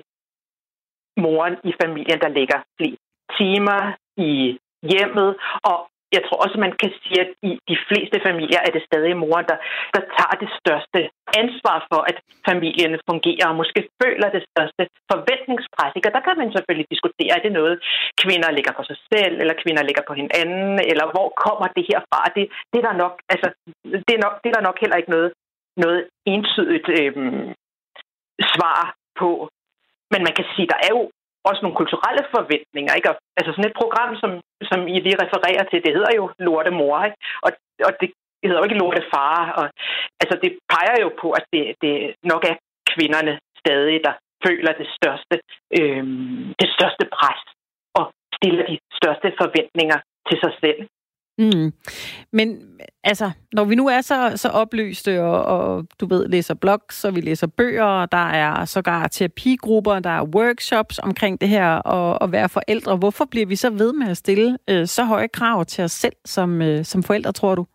Speaker 8: moren i familien, der ligger flest timer i hjemmet, og jeg tror også, man kan sige, at i de fleste familier er det stadig moren, der, der tager det største ansvar for, at familien fungerer, og måske føler det største forventningspres. Og der kan man selvfølgelig diskutere, er det noget, kvinder ligger på sig selv, eller kvinder ligger på hinanden, eller hvor kommer det her fra? Det, det, er, der nok, altså, det, er, nok, det er der nok heller ikke noget, noget entydigt øhm, svar på. Men man kan sige, der er jo også nogle kulturelle forventninger, ikke? Altså sådan et program, som, som I lige refererer til, det hedder jo Lortemor, ikke? Og, og det hedder jo ikke Lortefar. Og, altså det peger jo på, at det, det nok er kvinderne stadig, der føler det største, øhm, det største pres og stiller de største forventninger til sig selv.
Speaker 2: Mm. Men altså, når vi nu er så, så oplyste, og, og du ved, læser blogs, og vi læser bøger, der er sågar terapigrupper, der er workshops omkring det her at, at være forældre. Hvorfor bliver vi så ved med at stille øh, så høje krav til os selv som, øh, som forældre, tror du?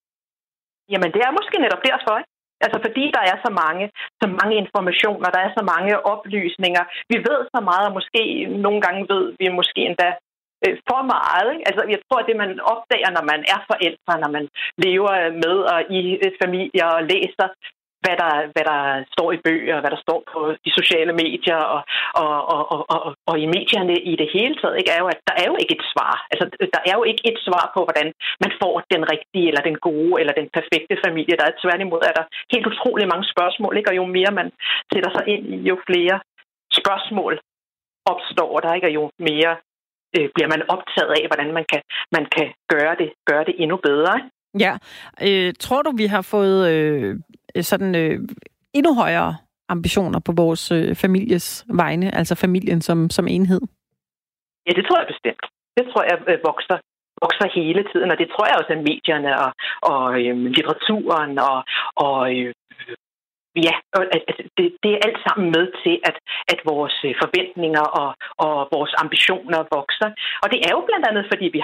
Speaker 8: Jamen, det er måske netop derfor, ikke? Altså fordi der er så mange, så mange informationer, der er så mange oplysninger. Vi ved så meget, og måske nogle gange ved vi måske endda for meget. Ikke? Altså, jeg tror, at det, man opdager, når man er forældre, når man lever med og i familier og læser, hvad der, hvad der står i bøger, hvad der står på de sociale medier og, og, og, og, og, og i medierne i det hele taget, ikke, er jo, at der er jo ikke et svar. Altså, der er jo ikke et svar på, hvordan man får den rigtige, eller den gode, eller den perfekte familie. Der er tværtimod, er der helt utrolig mange spørgsmål, ikke? Og jo mere man sætter sig ind i, jo flere spørgsmål opstår der, ikke? Og jo mere bliver man optaget af, hvordan man kan, man kan gøre, det, gøre det endnu bedre.
Speaker 2: Ja. Øh, tror du, vi har fået øh, sådan øh, endnu højere ambitioner på vores øh, families vegne, altså familien som, som enhed?
Speaker 8: Ja, det tror jeg bestemt. Det tror jeg øh, vokser, vokser hele tiden, og det tror jeg også af medierne og, og øh, litteraturen og, og øh, ja, det, det er alt sammen med til, at, at vores forventninger og, og vores ambitioner vokser. Og det er jo blandt andet, fordi vi har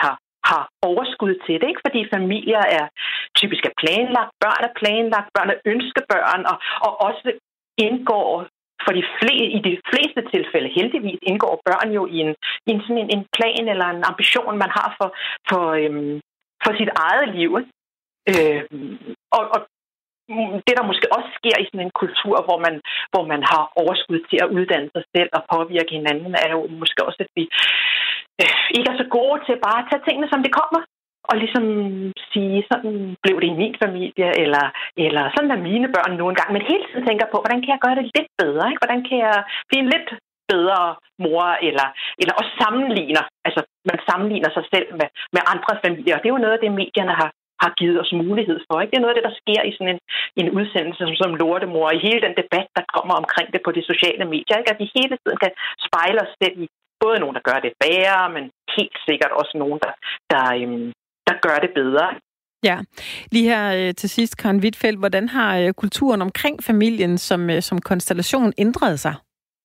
Speaker 8: har overskud til det, ikke? Fordi familier er typisk er planlagt, børn er planlagt, børn er ønskebørn, og, og også indgår for de fleste, i de fleste tilfælde heldigvis indgår børn jo i en, i en, sådan en, en plan eller en ambition, man har for, for, øhm, for sit eget liv. Øh, og, og det, der måske også sker i sådan en kultur, hvor man, hvor man har overskud til at uddanne sig selv og påvirke hinanden, er jo måske også, at vi øh, ikke er så gode til bare at tage tingene, som det kommer. Og ligesom sige, sådan blev det i min familie, eller, eller sådan er mine børn nu engang. Men hele tiden tænker på, hvordan kan jeg gøre det lidt bedre? Ikke? Hvordan kan jeg blive en lidt bedre mor? Eller, eller også sammenligner. Altså, man sammenligner sig selv med, med andre familier. Det er jo noget af det, medierne har, har givet os mulighed for. Ikke? Det er noget af det, der sker i sådan en, en udsendelse som, som Lortemor. I hele den debat, der kommer omkring det på de sociale medier. Ikke? At vi hele tiden kan spejle os selv i både nogen, der gør det værre, men helt sikkert også nogen, der... der øhm, der gør det bedre.
Speaker 2: Ja. Lige her øh, til sidst, Karen Huitfeldt, hvordan har øh, kulturen omkring familien som, øh, som konstellation ændret sig?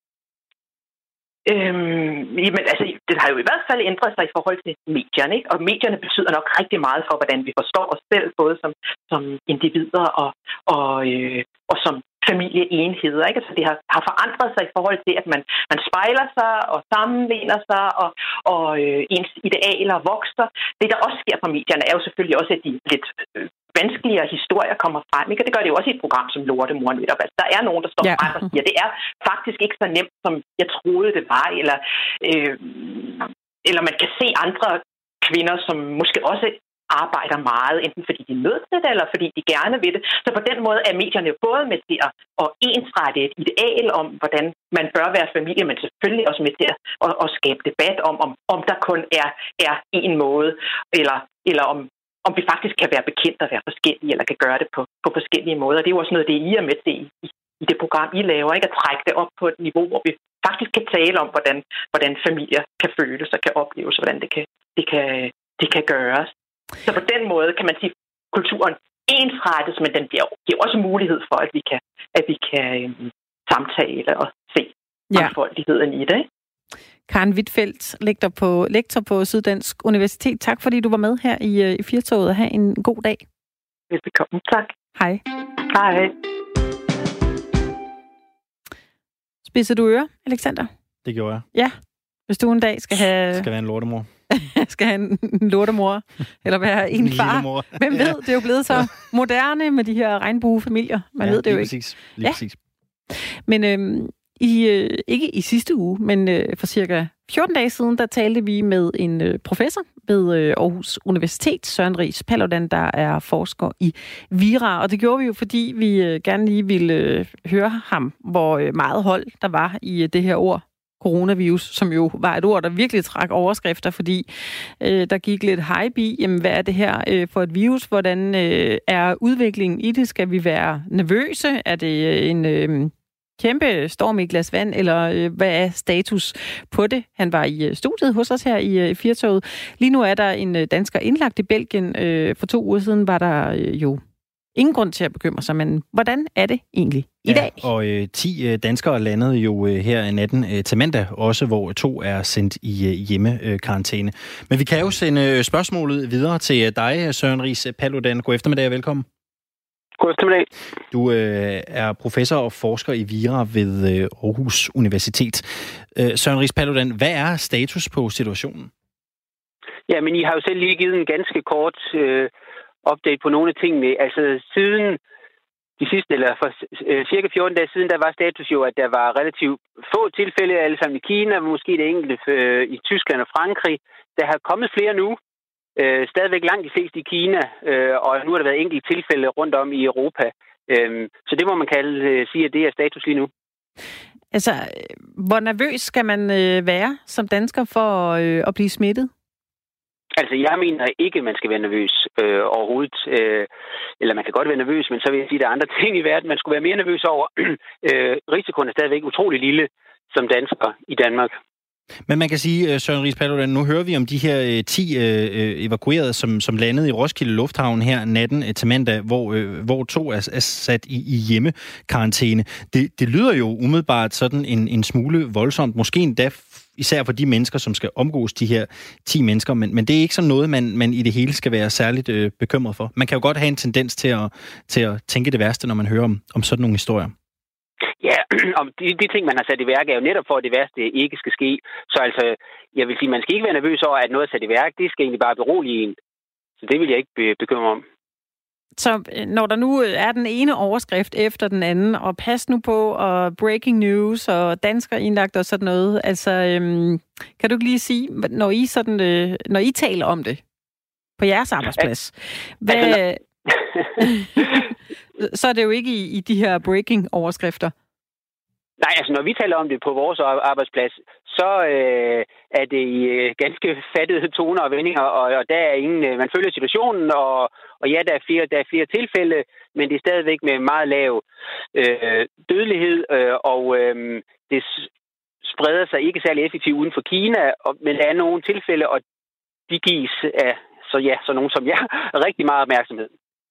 Speaker 8: Øhm, jamen, altså, det har jo i hvert fald ændret sig i forhold til medierne, ikke? Og medierne betyder nok rigtig meget for, hvordan vi forstår os selv, både som, som individer og, og, øh, og som familieenheder, ikke? Altså, det har, har forandret sig i forhold til, at man, man spejler sig og sammenligner sig, og, og øh, ens idealer vokser. Det, der også sker fra medierne, er jo selvfølgelig også, at de lidt øh, vanskeligere historier kommer frem, ikke? Og det gør det jo også i et program som Lortemor. Altså, der er nogen, der står ja. frem og siger, det er faktisk ikke så nemt, som jeg troede, det var, eller, øh, eller man kan se andre kvinder, som måske også arbejder meget, enten fordi de er nødt til det, eller fordi de gerne vil det. Så på den måde er medierne jo både med til at, at ensrette et ideal om, hvordan man bør være familie, men selvfølgelig også med til at, at, at skabe debat om, om, om der kun er, er en måde, eller, eller om, om vi faktisk kan være bekendt at være forskellige, eller kan gøre det på, på forskellige måder. Det er jo også noget, det I er med til i, i det program, I laver, ikke? At trække det op på et niveau, hvor vi faktisk kan tale om, hvordan, hvordan familier kan føles og kan opleves, hvordan det kan, det kan, det kan gøres. Så på den måde kan man sige, at kulturen ensrettes, men den giver, giver også mulighed for, at vi kan, at vi kan øhm, samtale og se mangfoldigheden ja. i det. Ikke?
Speaker 2: Karen Huitfeldt, lektor på, lektor på Syddansk Universitet. Tak fordi du var med her i, i Firtoget, og have en god dag.
Speaker 8: Velbekomme. Tak.
Speaker 2: Hej.
Speaker 8: Hej.
Speaker 2: Spidser du ører, Alexander?
Speaker 1: Det gjorde jeg.
Speaker 2: Ja. Hvis du en dag skal have...
Speaker 1: Skal være en lortemor.
Speaker 2: skal have en lortemor, eller være en far. Hvem ved, det er jo blevet så moderne med de her regnbuefamilier. Man ja, ved det jo ikke.
Speaker 1: Præcis. Lige ja. præcis.
Speaker 2: Men øhm, i, øh, ikke i sidste uge, men øh, for cirka fjorten dage siden, der talte vi med en øh, professor ved øh, Aarhus Universitet, Søren Riis Paludan, der er forsker i vira. Og det gjorde vi jo, fordi vi øh, gerne lige ville øh, høre ham, hvor øh, meget hold der var i øh, det her ord, coronavirus, som jo var et ord, der virkelig trak overskrifter, fordi øh, der gik lidt hype i, jamen, hvad er det her øh, for et virus? Hvordan øh, er udviklingen i det? Skal vi være nervøse? Er det en øh, kæmpe storm i et glas vand, eller øh, hvad er status på det? Han var i øh, studiet hos os her i øh, Firtoget. Lige nu er der en øh, dansker indlagt i Belgien. Øh, for to uger siden var der øh, jo ingen grund til at bekymre sig, men hvordan er det egentlig i ja, dag?
Speaker 1: Og øh, ti øh, danskere landede jo øh, her i natten øh, til mandag, også hvor to er sendt i øh, hjemmekarantæne. Men vi kan jo sende øh, spørgsmålet videre til øh, dig, Søren Riis Paludan. God eftermiddag og velkommen.
Speaker 9: God eftermiddag.
Speaker 1: Du øh, er professor og forsker i vira ved øh, Aarhus Universitet. Øh, Søren Riis Paludan, hvad er status på situationen?
Speaker 9: Ja, men I har jo selv lige givet en ganske kort øh, update på nogle af tingene. Altså siden de sidste, eller for øh, cirka fjorten dage siden, der var status jo, at der var relativt få tilfælde, alle sammen i Kina, måske det enkelte øh, i Tyskland og Frankrig. Der har kommet flere nu. Øh, stadigvæk langt de fleste i Kina, øh, og nu har der været enkelte tilfælde rundt om i Europa. Øh, så det må man kalde, øh, sige, at det er status lige nu.
Speaker 2: Altså, hvor nervøs skal man øh, være som dansker for øh, at blive smittet?
Speaker 9: Altså, jeg mener ikke, at man skal være nervøs øh, overhovedet. Øh, eller man kan godt være nervøs, men så vil jeg sige, at der er andre ting i verden, man skulle være mere nervøs over. øh, risikoen er stadigvæk utrolig lille som dansker i Danmark.
Speaker 1: Men man kan sige, Søren Riis Paludan, nu hører vi om de her ti øh, evakuerede, som, som landede i Roskilde Lufthavn her natten øh, til mandag, hvor, øh, hvor to er, er sat i, i hjemmekarantæne. Det, det lyder jo umiddelbart sådan en, en smule voldsomt, måske endda især for de mennesker, som skal omgås de her ti mennesker, men, men det er ikke sådan noget, man, man i det hele skal være særligt øh, bekymret for. Man kan jo godt have en tendens til at, til at tænke det værste, når man hører om, om sådan nogle historier.
Speaker 9: Ja, og de, de ting, man har sat i værk, er jo netop for, at det værste ikke skal ske. Så altså, jeg vil sige, man skal ikke være nervøs over, at noget er sat i værk. Det skal egentlig bare berolige en. Så det vil jeg ikke be- bekymre om.
Speaker 2: Så når der nu er den ene overskrift efter den anden, og pas nu på, og breaking news, og dansker indlagt og sådan noget, altså, øhm, kan du ikke lige sige, når I, sådan, øh, når I taler om det på jeres arbejdsplads, hvad, altså, så er det jo ikke i, i de her breaking overskrifter.
Speaker 9: Nej, altså når vi taler om det på vores arbejdsplads, så øh, er det i øh, ganske fattede toner og vendinger, og, og der er ingen, øh, man følger situationen, og, og ja, der er, flere, der er flere tilfælde, men det er stadigvæk med meget lav øh, dødelighed, øh, og øh, det spreder sig ikke særlig effektivt uden for Kina, og, men der er nogle tilfælde, og de gives af så ja, så nogen som jeg, rigtig meget opmærksomhed.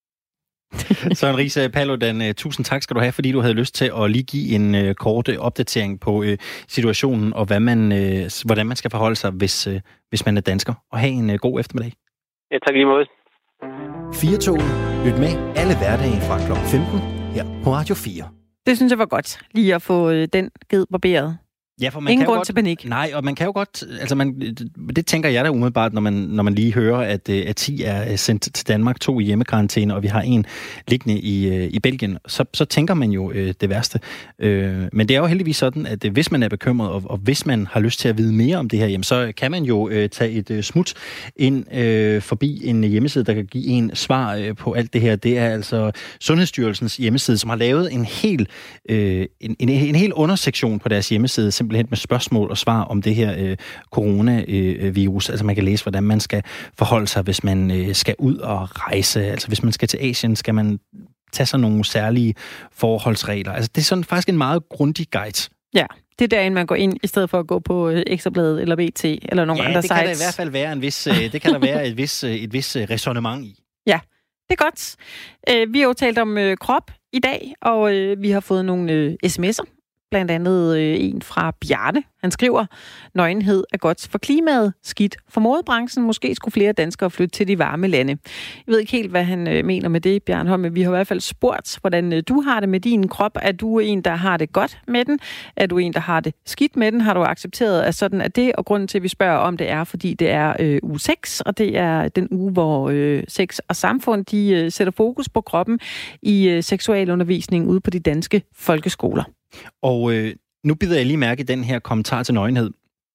Speaker 1: Søren Riis Paludan, tusind tak skal du have, fordi du havde lyst til at lige give en uh, kort uh, opdatering på uh, situationen, og hvad man, uh, hvordan man skal forholde sig, hvis, uh, hvis man er dansker. Og have en uh, god eftermiddag.
Speaker 9: Ja, tak lige måde.
Speaker 10: Fire-toget. Lyt med alle hverdage fra klokken femten her på Radio fire.
Speaker 2: Det synes jeg var godt, lige at få uh, den ged barberet.
Speaker 1: Ja, for man
Speaker 2: Ingen
Speaker 1: kan
Speaker 2: grund
Speaker 1: godt,
Speaker 2: til panik.
Speaker 1: Nej, og man kan jo godt, altså man, det tænker jeg da umiddelbart, når man, når man lige hører, at, at ti er sendt til Danmark, to i hjemmekarantæne, og vi har en liggende i, i Belgien, så, så tænker man jo øh, det værste. Øh, men det er jo heldigvis sådan, at hvis man er bekymret, og, og hvis man har lyst til at vide mere om det her, jamen, så kan man jo øh, tage et øh, smut ind øh, forbi en hjemmeside, der kan give en svar øh, på alt det her. Det er altså Sundhedsstyrelsens hjemmeside, som har lavet en hel, øh, en, en, en hel undersektion på deres hjemmeside, simpelthen med spørgsmål og svar om det her øh, coronavirus. Øh, altså man kan læse, hvordan man skal forholde sig, hvis man øh, skal ud og rejse. Altså hvis man skal til Asien, skal man tage sig nogle særlige forholdsregler. Altså det er sådan faktisk en meget grundig guide.
Speaker 2: Ja, det er derinde, man går ind, i stedet for at gå på øh, Ekstrabladet eller B T eller nogle
Speaker 1: ja,
Speaker 2: andre
Speaker 1: sites.
Speaker 2: sites.
Speaker 1: Ja, det kan der i hvert fald være en vis, øh, det kan der være et vis, øh, et vis øh, ræsonnement i.
Speaker 2: Ja, det er godt. Øh, vi har jo talt om øh, krop i dag, og øh, vi har fået nogle øh, sms'er. Blandt andet øh, en fra Bjarne. Han skriver, nøgenhed er godt for klimaet, skidt for modebranchen. Måske skulle flere danskere flytte til de varme lande. Jeg ved ikke helt, hvad han øh, mener med det, Bjarne Holm, men vi har i hvert fald spurgt, hvordan øh, du har det med din krop. Er du en, der har det godt med den? Er du en, der har det skidt med den? Har du accepteret, at sådan er det? Og grunden til, at vi spørger om det, er, fordi det er øh, uge seks, og det er den uge, hvor øh, sex og samfund de øh, sætter fokus på kroppen i øh, seksualundervisning ude på de danske folkeskoler. Og
Speaker 1: øh, nu bider jeg lige mærke i den her kommentar til nøgenhed.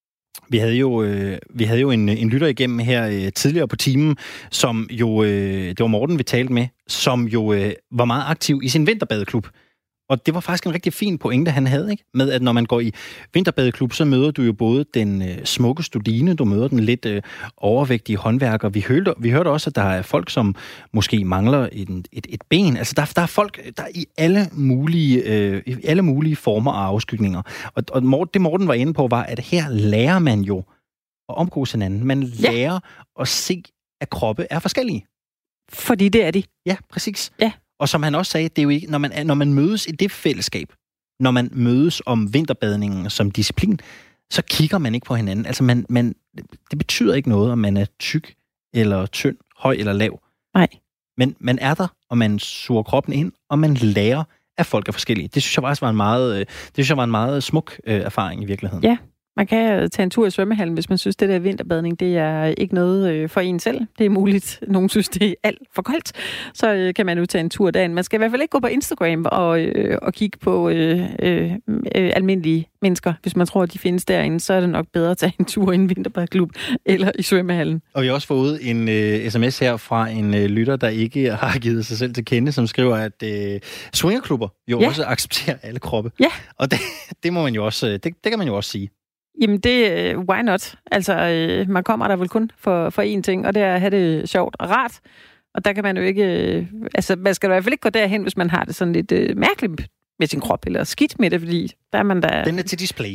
Speaker 1: Vi havde jo, øh, vi havde jo en, en lytter igennem her øh, tidligere på timen, som jo, øh, det var Morten, vi talte med, som jo øh, var meget aktiv i sin vinterbadeklub. Og det var faktisk en rigtig fin pointe, han havde, ikke? Med at når man går i vinterbadeklub, så møder du jo både den øh, smukke studine, du møder den lidt øh, overvægtige håndværker. Vi hørte, vi hørte også, at der er folk, som måske mangler et, et, et ben. Altså der, der er folk, der er i alle mulige, øh, i alle mulige former af afskygninger. Og, og Morten, det Morten var inde på, var, at her lærer man jo at omgås hinanden. Man lærer ja. at se, at kroppe er forskellige.
Speaker 2: Fordi det er de.
Speaker 1: Ja, præcis.
Speaker 2: Ja.
Speaker 1: Og som han også sagde, det er jo ikke, når man, når man mødes i det fællesskab, når man mødes om vinterbadningen som disciplin, så kigger man ikke på hinanden. Altså man, man, det betyder ikke noget, om man er tyk eller tynd, høj eller lav.
Speaker 2: Nej.
Speaker 1: Men man er der, og man suger kroppen ind, og man lærer, at folk er forskellige. Det synes jeg faktisk var en meget, det synes jeg var en meget smuk øh, erfaring i virkeligheden.
Speaker 2: Ja. Man kan tage en tur i svømmehallen, hvis man synes, det der vinterbadning, det er ikke noget øh, for en selv. Det er muligt. Nogen synes, det er alt for koldt. Så øh, kan man jo tage en tur derind. Man skal i hvert fald ikke gå på Instagram og, øh, og kigge på øh, øh, øh, almindelige mennesker. Hvis man tror, at de findes derinde, så er det nok bedre at tage en tur i en vinterbadklub eller i svømmehallen.
Speaker 1: Og vi har også fået en øh, sms her fra en øh, lytter, der ikke har givet sig selv til kende, som skriver, at øh, swingerklubber jo ja. også accepterer alle kroppe.
Speaker 2: Ja.
Speaker 1: Og det, det må man jo også, det, det kan man jo også sige.
Speaker 2: Jamen det, why not? Altså, øh, man kommer der vel kun for, for én ting, og det er at have det sjovt og rart. Og der kan man jo ikke, øh, altså man skal i hvert fald ikke gå derhen, hvis man har det sådan lidt øh, mærkeligt med sin krop, eller skidt med det, fordi der er man der...
Speaker 1: Den er til display.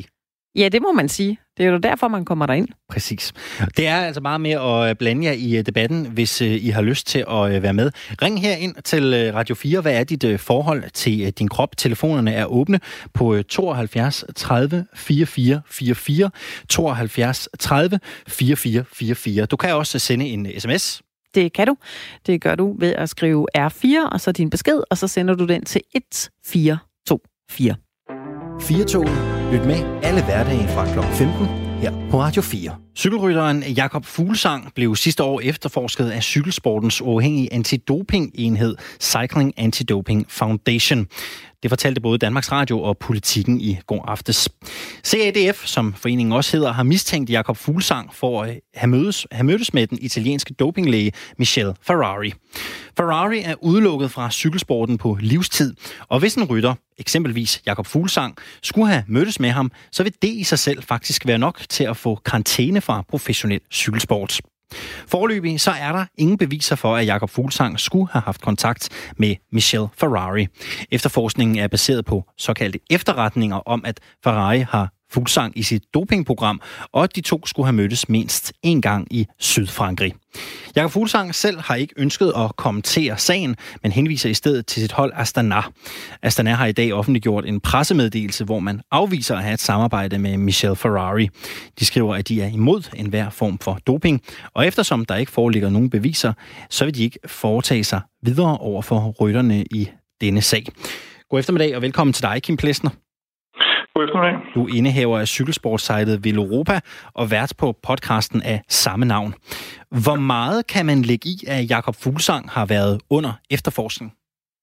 Speaker 2: Ja, det må man sige. Det er jo derfor, man kommer derind.
Speaker 1: Præcis. Det er altså meget med at blande jer i debatten, hvis I har lyst til at være med. Ring her ind til Radio fire. Hvad er dit forhold til din krop? Telefonerne er åbne på tooghalvfjerds tredive fireogfyrre fireogfyrre, tooghalvfjerds tredive fireogfyrre fireogfyrre. Du kan også sende en sms.
Speaker 2: Det kan du. Det gør du ved at skrive R fire, og så din besked, og så sender du den til et fire to fire.
Speaker 10: Firtoget. Lyt med alle hverdage fra klokken femten her på Radio fire.
Speaker 1: Cykelrytteren Jakob Fuglsang blev sidste år efterforsket af cykelsportens uafhængige antidopingenhed Cycling Anti-Doping Foundation. Det fortalte både Danmarks Radio og Politikken i går aftes. C A D F, som foreningen også hedder, har mistænkt Jakob Fuglsang for at have mødtes, have mødtes med den italienske dopinglæge Michele Ferrari. Ferrari er udelukket fra cykelsporten på livstid, og hvis en rytter, eksempelvis Jakob Fuglsang, skulle have mødtes med ham, så vil det i sig selv faktisk være nok til at få karantæne fra professionel cykelsport. Foreløbig så er der ingen beviser for, at Jakob Fuglsang skulle have haft kontakt med Michele Ferrari. Efterforskningen er baseret på såkaldte efterretninger om, at Ferrari har Fuglsang i sit dopingprogram, og at de to skulle have mødtes mindst en gang i Sydfrankrig. Jakob Fuglsang selv har ikke ønsket at kommentere sagen, men henviser i stedet til sit hold Astana. Astana har i dag offentliggjort en pressemeddelelse, hvor man afviser at have et samarbejde med Michele Ferrari. De skriver, at de er imod enhver form for doping, og eftersom der ikke foreligger nogen beviser, så vil de ikke foretage sig videre over for rytterne i denne sag. God eftermiddag og velkommen til dig, Kim Plesner.
Speaker 11: God eftermiddag.
Speaker 1: Du er indehaver af cykelsportssitet Veloropa og vært på podcasten af samme navn. Hvor meget kan man lægge i, at Jakob Fuglsang har været under efterforskning?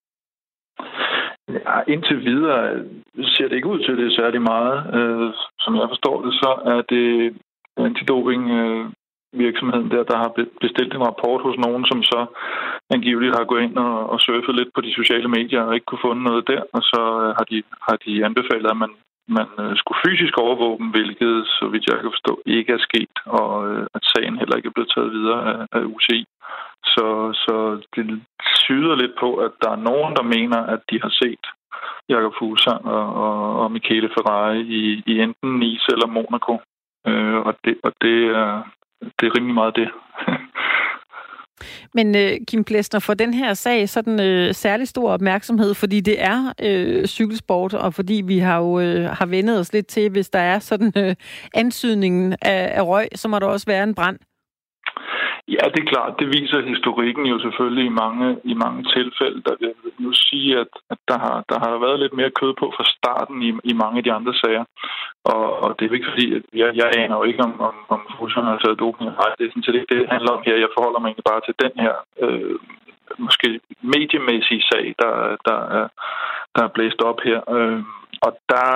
Speaker 11: Ja, indtil videre ser det ikke ud til, det er særlig meget. Øh, som jeg forstår det, så er det antidoping øh, virksomheden der, der har bestilt en rapport hos nogen, som så angiveligt har gået ind og, og surfet lidt på de sociale medier og ikke kunne få noget der, og så har de, har de anbefalet, at man, man skulle fysisk overvåge dem, hvilket, så vidt jeg kan forstå, ikke er sket, og at sagen heller ikke er blevet taget videre af, af U C I. Så, så det tyder lidt på, at der er nogen, der mener, at de har set Jakob Fuglsang og, og, og Michele Ferrari i, i enten Nice eller Monaco, øh, og, det, og det er Det er rimelig meget det.
Speaker 2: Men øh, Kim Plesner, for den her sag så den øh, særlig stor opmærksomhed, fordi det er øh, cykelsport, og fordi vi har jo øh, har vendet os lidt til, hvis der er sådan øh, ansydningen af, af røg, så må der også være en brand.
Speaker 11: Ja, det er klart. Det viser historikken jo selvfølgelig i mange, i mange tilfælde. Der vil nu sige, at, at der, har, der har været lidt mere kød på fra starten i, i mange af de andre sager. Og, og det er ikke fordi, at jeg, jeg aner jo ikke, om, om, om Fuglsang har taget doping. Nej, det er sådan set ikke det, det handler om her. Jeg forholder mig egentlig bare til den her øh, måske mediemæssige sag, der, der, er, der er blæst op her. Øh, og der,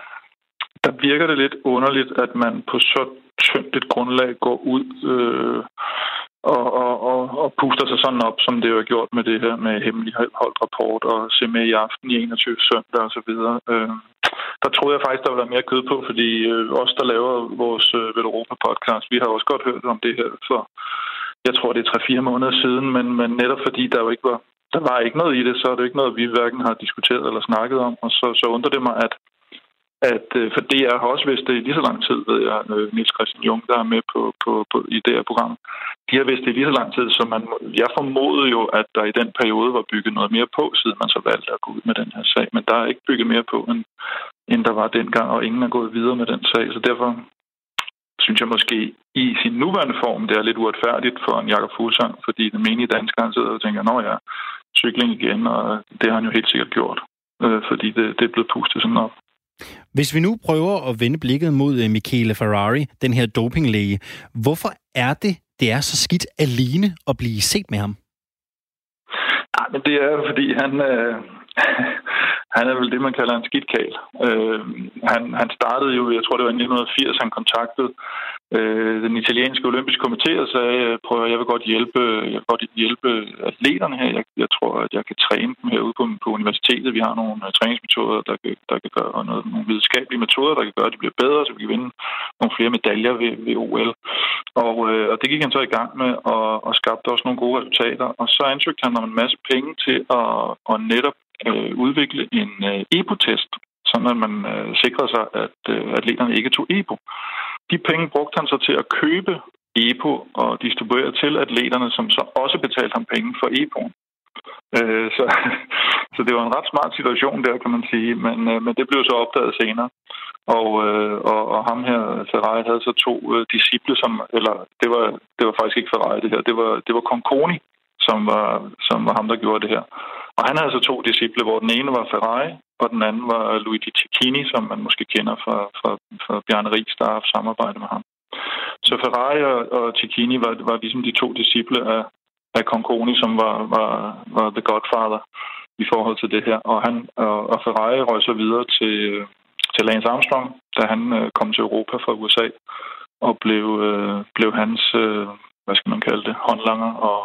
Speaker 11: der virker det lidt underligt, at man på så tyndt et grundlag går ud øh, og, og, og, og puster sig sådan op, som det jo er gjort med det her med hemmeligholdt rapport og se med i aften i enogtyve søndag og så videre. Øh, der troede jeg faktisk, der ville være mere kød på, fordi øh, os, der laver vores øh, Veloropa-podcast, vi har også godt hørt om det her for, jeg tror, det er tre-fire måneder siden, men, men netop fordi der jo ikke var, der var ikke noget i det, så er det ikke noget, vi hverken har diskuteret eller snakket om, og så, så undrer det mig, at at for D R har også vidst det i lige så lang tid, ved jeg, Niels Christian Jung, der er med på, på, på i det her program. De har vidst det i lige så lang tid, så man, jeg formodede jo, at der i den periode var bygget noget mere på, siden man så valgte at gå ud med den her sag. Men der er ikke bygget mere på, end, end der var dengang, og ingen er gået videre med den sag. Så derfor synes jeg måske i sin nuværende form, det er lidt uretfærdigt for en Jakob Fuglsang, fordi den menige dansker, han sidder og tænker, nå ja, cykling igen, og det har han jo helt sikkert gjort, øh, fordi det, det er blevet pustet sådan op.
Speaker 1: Hvis vi nu prøver at vende blikket mod Michele Ferrari, den her dopinglæge, hvorfor er det, det er så skidt alene at blive set med ham?
Speaker 11: Nej, men det er jo fordi, han, øh, han er vel det, man kalder en skidtkæl. Øh, han, han startede jo, jeg tror det var i nitten firs, han kontaktede øh, den italienske olympiske komité og sagde, prøv at jeg vil godt hjælpe, jeg vil godt hjælpe atleterne her. Jeg, jeg tror, at jeg kan træne dem herude på, på universitetet. Vi har nogle uh, træningsmetoder, der kan, der kan gøre, og noget, nogle videnskabelige metoder, der kan gøre, at de bliver bedre, så vi kan vinde nogle flere medaljer ved, ved O L. Og, øh, og det gik han så i gang med, og, og skabte også nogle gode resultater. Og så ansøgte han om en masse penge til at, at netop øh, udvikle en øh, E P O-test, som sådan at man øh, sikrede sig, at øh, atleterne ikke tog E P O. De penge brugte han så til at købe E P O og distribuere til atleterne, som så også betalte ham penge for E P O'en. Øh, så, så det var en ret smart situation der, kan man sige, men, øh, men det blev så opdaget senere. Og, øh, og, og ham her, Ferrari, havde så to øh, disciple, som, eller det var, det var faktisk ikke Ferrari det her, det var, det var Conconi, som var, som var ham, der gjorde det her. Og han havde så to disciple, hvor den ene var Ferrari, og den anden var Luigi Cecchini, som man måske kender fra, fra, fra Bjarne Riis, der har haft samarbejde med ham. Så Ferrari og, og Cecchini var, var ligesom de to disciple af, af Conconi, som var, var, var the godfather i forhold til det her. Og, han, og, og Ferrari røg så videre til, til Lance Armstrong, da han øh, kom til Europa fra U S A, og blev, øh, blev hans, øh, hvad skal man kalde det, håndlanger og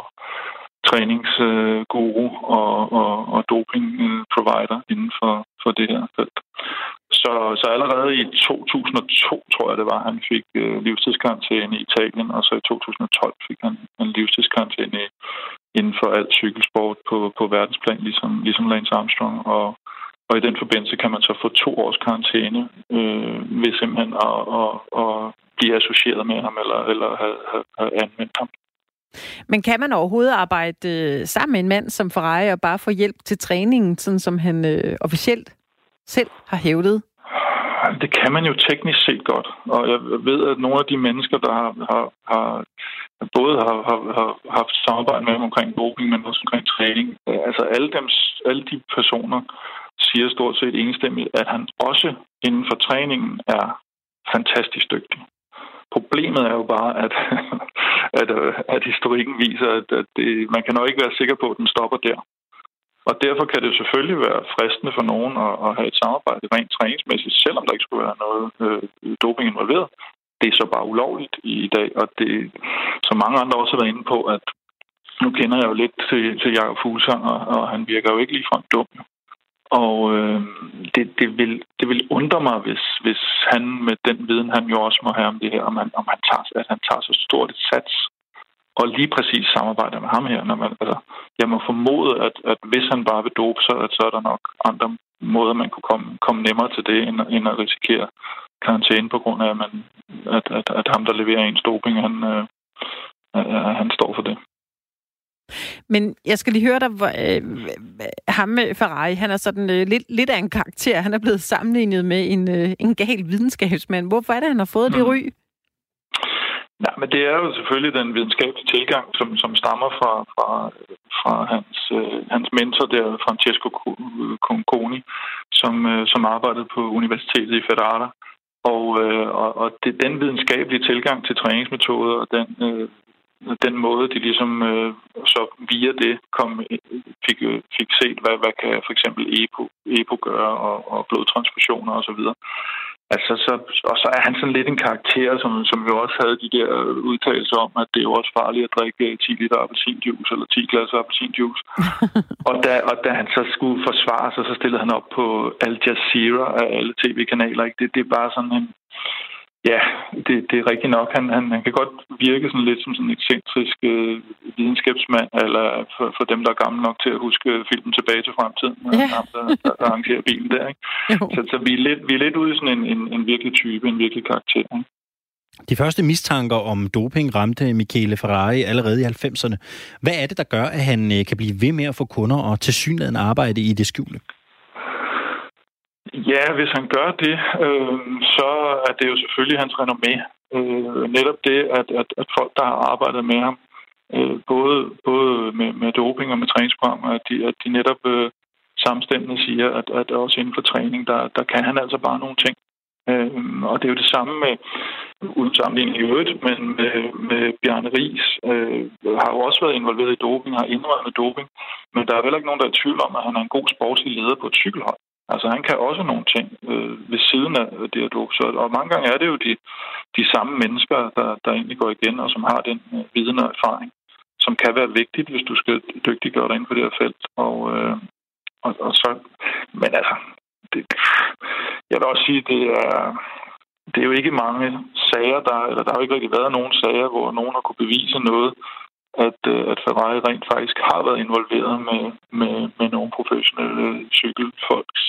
Speaker 11: træningsguru og, og, og doping-provider inden for, for det her felt. Så, så allerede i to tusind og to, tror jeg det var, han fik øh, livstidskarantæne i Italien, og så i to tusind og tolv fik han en livstidskarantæne inden for alt cykelsport på, på verdensplan, ligesom, ligesom Lance Armstrong. Og, og i den forbindelse kan man så få to års karantæne øh, ved simpelthen at, at, at blive associeret med ham eller, eller have, have, have anvendt ham.
Speaker 2: Men kan man overhovedet arbejde øh, sammen med en mand som Ferrari og bare få hjælp til træningen, sådan som han øh, officielt selv har hævdet?
Speaker 11: Det kan man jo teknisk set godt. Og jeg ved, at nogle af de mennesker, der har, har, har både har, har, har haft samarbejde med ham omkring doping, men også omkring træning, altså alle, dem, alle de personer siger stort set enstemmigt, at han også inden for træningen er fantastisk dygtig. Problemet er jo bare, at, at, at historikken viser, at, at det, man kan nok ikke være sikker på, at den stopper der. Og derfor kan det selvfølgelig være fristende for nogen at, at have et samarbejde rent træningsmæssigt, selvom der ikke skulle være noget øh, doping involveret. Det er så bare ulovligt i dag, og det, som mange andre også har været inde på, at nu kender jeg jo lidt til, til Jakob Fuglsang, og, og han virker jo ikke ligefrem dum. Og øh, det, det, vil, det vil undre mig, hvis, hvis han med den viden, han jo også må have om det her, om han, om han tager, at han tager så stort et sats, og lige præcis samarbejder med ham her. Når man, altså, jeg må formode, at, at hvis han bare vil dope, så, så er der nok andre måder, man kunne komme, komme nemmere til det, end, end at risikere karantæne på grund af, at, man, at, at, at ham, der leverer ens doping, han, øh, han står for det.
Speaker 2: Men jeg skal lige høre dig, hvor, øh, ham med Ferrari, han er sådan øh, lidt, lidt af en karakter. Han er blevet sammenlignet med en, øh, en gal videnskabsmand. Hvorfor er det, han har fået mm. det ry?
Speaker 11: Ja, men det er jo selvfølgelig den videnskabelige tilgang, som, som stammer fra, fra, fra hans, øh, hans mentor der, Francesco Conconi, som, øh, som arbejdede på universitetet i Ferrara. Og, øh, og, og det, den videnskabelige tilgang til træningsmetoder og den, øh, den måde, de ligesom øh, så via det kom, fik, fik set, hvad, hvad kan for eksempel E P O, E P O gøre og, og blodtransfusioner og så videre. Altså, så, og så er han sådan lidt en karakter, som, som jo også havde de der udtalelser om, at det er jo også farligt at drikke ti liter appelsinjuice eller ti glasser appelsinjuice. og, da, og da han så skulle forsvare sig, så stillede han op på Al Jazeera af alle tv-kanaler. Ikke? Det, det er bare sådan en... Ja, det, det er rigtigt nok. Han, han, han kan godt virke sådan lidt som sådan en ekscentrisk øh, videnskabsmand, eller for, for dem, der er gamle nok til at huske filmen Tilbage til fremtiden, ja. ham, der, der arrangerer bilen der. Ikke? Så, så vi, er lidt, vi er lidt ude i sådan en, en, en virkelig type, en virkelig karakter. Ikke?
Speaker 1: De første mistanker om doping ramte Michele Ferrari allerede i halvfemserne. Hvad er det, der gør, at han kan blive ved med at få kunder og tilsyneladende arbejde i det skjulte?
Speaker 11: Ja, hvis han gør det, øh, så er det jo selvfølgelig hans renommé. Øh, netop det, at, at, at folk, der har arbejdet med ham, øh, både, både med, med doping og med træningsprogrammer, at de, at de netop øh, samstemmende siger, at, at også inden for træning, der, der kan han altså bare nogle ting. Øh, og det er jo det samme med, uden sammenligning i øvrigt, men med, med Bjarne Riis, øh, har jo også været involveret i doping, har indrømmet doping, men der er vel ikke nogen, der er i tvivl om, at han er en god sportslig leder på et cykelhold. Altså han kan også nogle ting øh, ved siden af det at dope. Og mange gange er det jo de, de samme mennesker, der, der egentlig går igen, og som har den øh, viden og erfaring, som kan være vigtigt, hvis du skal dygtiggøre dig inden for det her felt. Og, øh, og, og så, men altså, det, jeg vil også sige, det er, det er jo ikke mange sager, der, eller der har jo ikke rigtig været nogen sager, hvor nogen har kunne bevise noget, at, at Ferrari rent faktisk har været involveret med, med, med nogle professionelle cykelfolks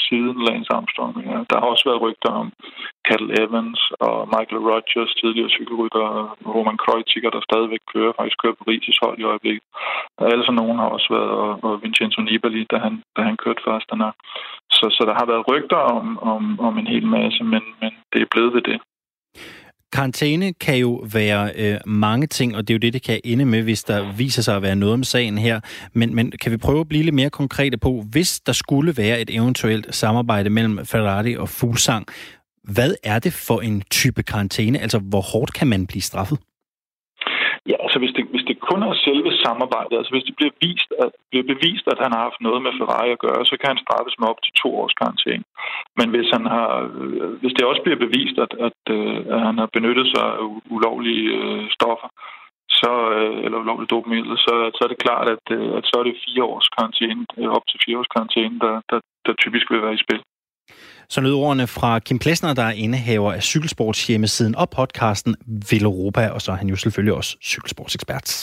Speaker 11: siden Lance Armstrong. Ja. Der har også været rygter om Cadel Evans og Michael Rogers, tidligere cykelrytter, og Roman Kreuziger, der stadigvæk kører, faktisk kører på Rises hold i øjeblikket. Og alle sådan nogen har også været, og, og Vincenzo Nibali, da han, da han kørte først. Så, så der har været rygter om, om, om en hel masse, men, men det er blevet ved det.
Speaker 1: Karantæne kan jo være øh, mange ting, og det er jo det, det kan ende med, hvis der viser sig at være noget om sagen her. Men, men kan vi prøve at blive lidt mere konkrete på, hvis der skulle være et eventuelt samarbejde mellem Ferrari og Fuglsang, hvad er det for en type karantæne? Altså, hvor hårdt kan man blive straffet?
Speaker 11: Ja, altså hvis det, hvis det kun er selve samarbejdet, altså hvis det bliver, vist, at, bliver bevist, at han har haft noget med Ferrari at gøre, så kan han straffes med op til to års karantæne. Men hvis, han har, hvis det også bliver bevist, at, at, at han har benyttet sig af ulovlige øh, stoffer, så, øh, eller ulovlige dopingmidler, så, så er det klart, at, at så er det fire års karantæne, op til fire års karantæne, der, der, der typisk vil være i spil.
Speaker 1: Så lød ordene fra Kim Plesner, der er indehaver af cykelsportshjemmesiden og podcasten Veloropa, og så er han jo selvfølgelig også cykelsportsekspert.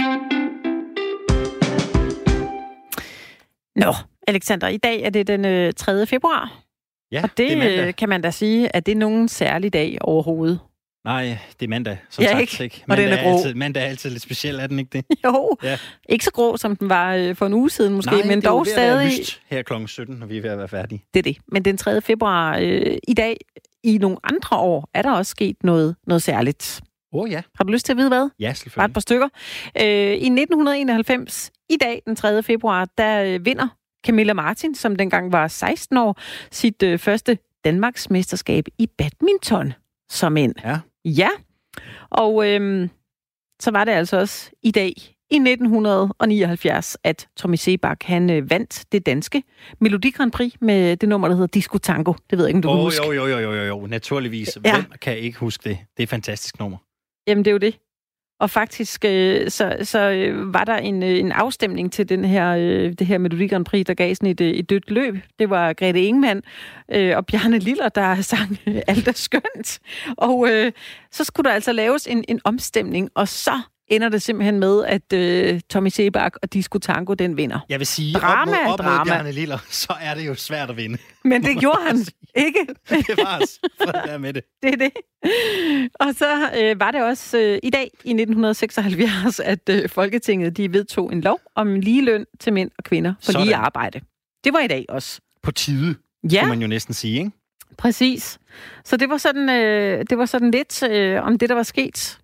Speaker 2: Nå, Alexander, i dag er det den tredje februar.
Speaker 1: Ja,
Speaker 2: og det,
Speaker 1: det er
Speaker 2: kan man da sige, at det er nogen særlig dag overhovedet.
Speaker 1: Nej, det er mandag, som
Speaker 2: ja,
Speaker 1: sagt.
Speaker 2: Ikke?
Speaker 1: Ikke?
Speaker 2: Mandag,
Speaker 1: og den er,
Speaker 2: er
Speaker 1: altid, mandag er altid lidt speciel, er den ikke det?
Speaker 2: Jo,
Speaker 1: ja.
Speaker 2: Ikke så grå, som den var øh, for en uge siden måske,
Speaker 1: Nej,
Speaker 2: men
Speaker 1: det er
Speaker 2: dog stadig...
Speaker 1: lyst her klokken sytten, når vi er ved at være færdige.
Speaker 2: Det er det. Men den tredje februar øh, i dag, i nogle andre år, er der også sket noget, noget særligt.
Speaker 1: Åh oh, ja.
Speaker 2: Har du lyst til at vide hvad?
Speaker 1: Ja, selvfølgelig.
Speaker 2: Bare et par stykker. Øh, I nitten enoghalvfems, i dag den tredje februar, der øh, vinder Camilla Martin, som dengang var seksten år, sit øh, første Danmarks mesterskab i badminton som mænd.
Speaker 1: Ja.
Speaker 2: Ja. Og øhm, så var det altså også i dag, i nitten nioghalvfjerds, at Tommy Sebak, han øh, vandt det danske Melodi Grand Prix med det nummer, der hedder Disco Tango. Det ved jeg ikke, om du
Speaker 1: oh,
Speaker 2: kan huske.
Speaker 1: Jo, jo, jo, jo, jo, jo, naturligvis.
Speaker 2: Ja.
Speaker 1: Hvem kan ikke huske det? Det er et fantastisk nummer.
Speaker 2: Jamen, det er jo det. Og faktisk øh, så, så øh, var der en, øh, en afstemning til den her, øh, det her Melodi Grand Prix, der gav sådan et, øh, et dødt løb. Det var Grete Ingemann øh, og Bjarne Liller, der sang øh, Alt er skønt. Og øh, så skulle der altså laves en, en omstemning, og så ender det simpelthen med, at øh, Tommy Sebak og Disco Tango, den vinder.
Speaker 1: Jeg vil sige,
Speaker 2: drama,
Speaker 1: op mod, op
Speaker 2: drama.
Speaker 1: mod Bjarne Liller, så er det jo svært at vinde.
Speaker 2: Men det gjorde han ikke.
Speaker 1: Det var os. Fred med det.
Speaker 2: Det er det. Og så øh, var det også øh, i dag, i nitten seksoghalvfjerds, at øh, Folketinget de vedtog en lov om ligeløn til mænd og kvinder for Sådan. lige arbejde. Det var i dag også.
Speaker 1: På tide,
Speaker 2: ja.
Speaker 1: kunne man jo næsten sige, ikke?
Speaker 2: Præcis. Så det var sådan, øh, det var sådan lidt øh, om det, der var sket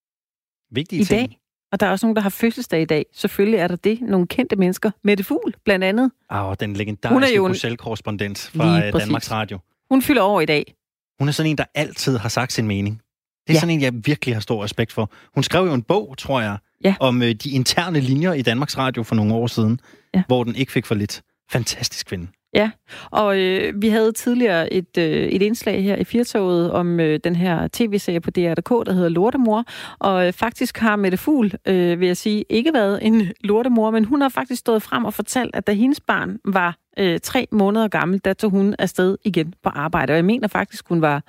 Speaker 1: Vigtige
Speaker 2: i
Speaker 1: ting.
Speaker 2: dag. Og der er også nogen, der har fødselsdag i dag. Selvfølgelig er der det. Nogle kendte mennesker. Mette Fugl, blandt andet.
Speaker 1: Ah, den legendariske Bruxelles-korrespondent fra Danmarks Radio.
Speaker 2: Hun fylder år i dag.
Speaker 1: Hun er sådan en, der altid har sagt sin mening. Det er ja. sådan en, jeg virkelig har stor respekt for. Hun skrev jo en bog, tror jeg,
Speaker 2: ja.
Speaker 1: om øh, de interne linjer i Danmarks Radio for nogle år siden, ja. hvor den ikke fik for lidt. Fantastisk kvinde.
Speaker 2: Ja, og øh, vi havde tidligere et, øh, et indslag her i Firtoget om øh, den her tv-serie på D R punktum d k, der hedder Lortemor. Og øh, faktisk har Mette Fugl, øh, vil jeg sige, ikke været en lortemor, men hun har faktisk stået frem og fortalt, at da hendes barn var øh, tre måneder gammel, der tog hun afsted igen på arbejde. Og jeg mener faktisk, hun var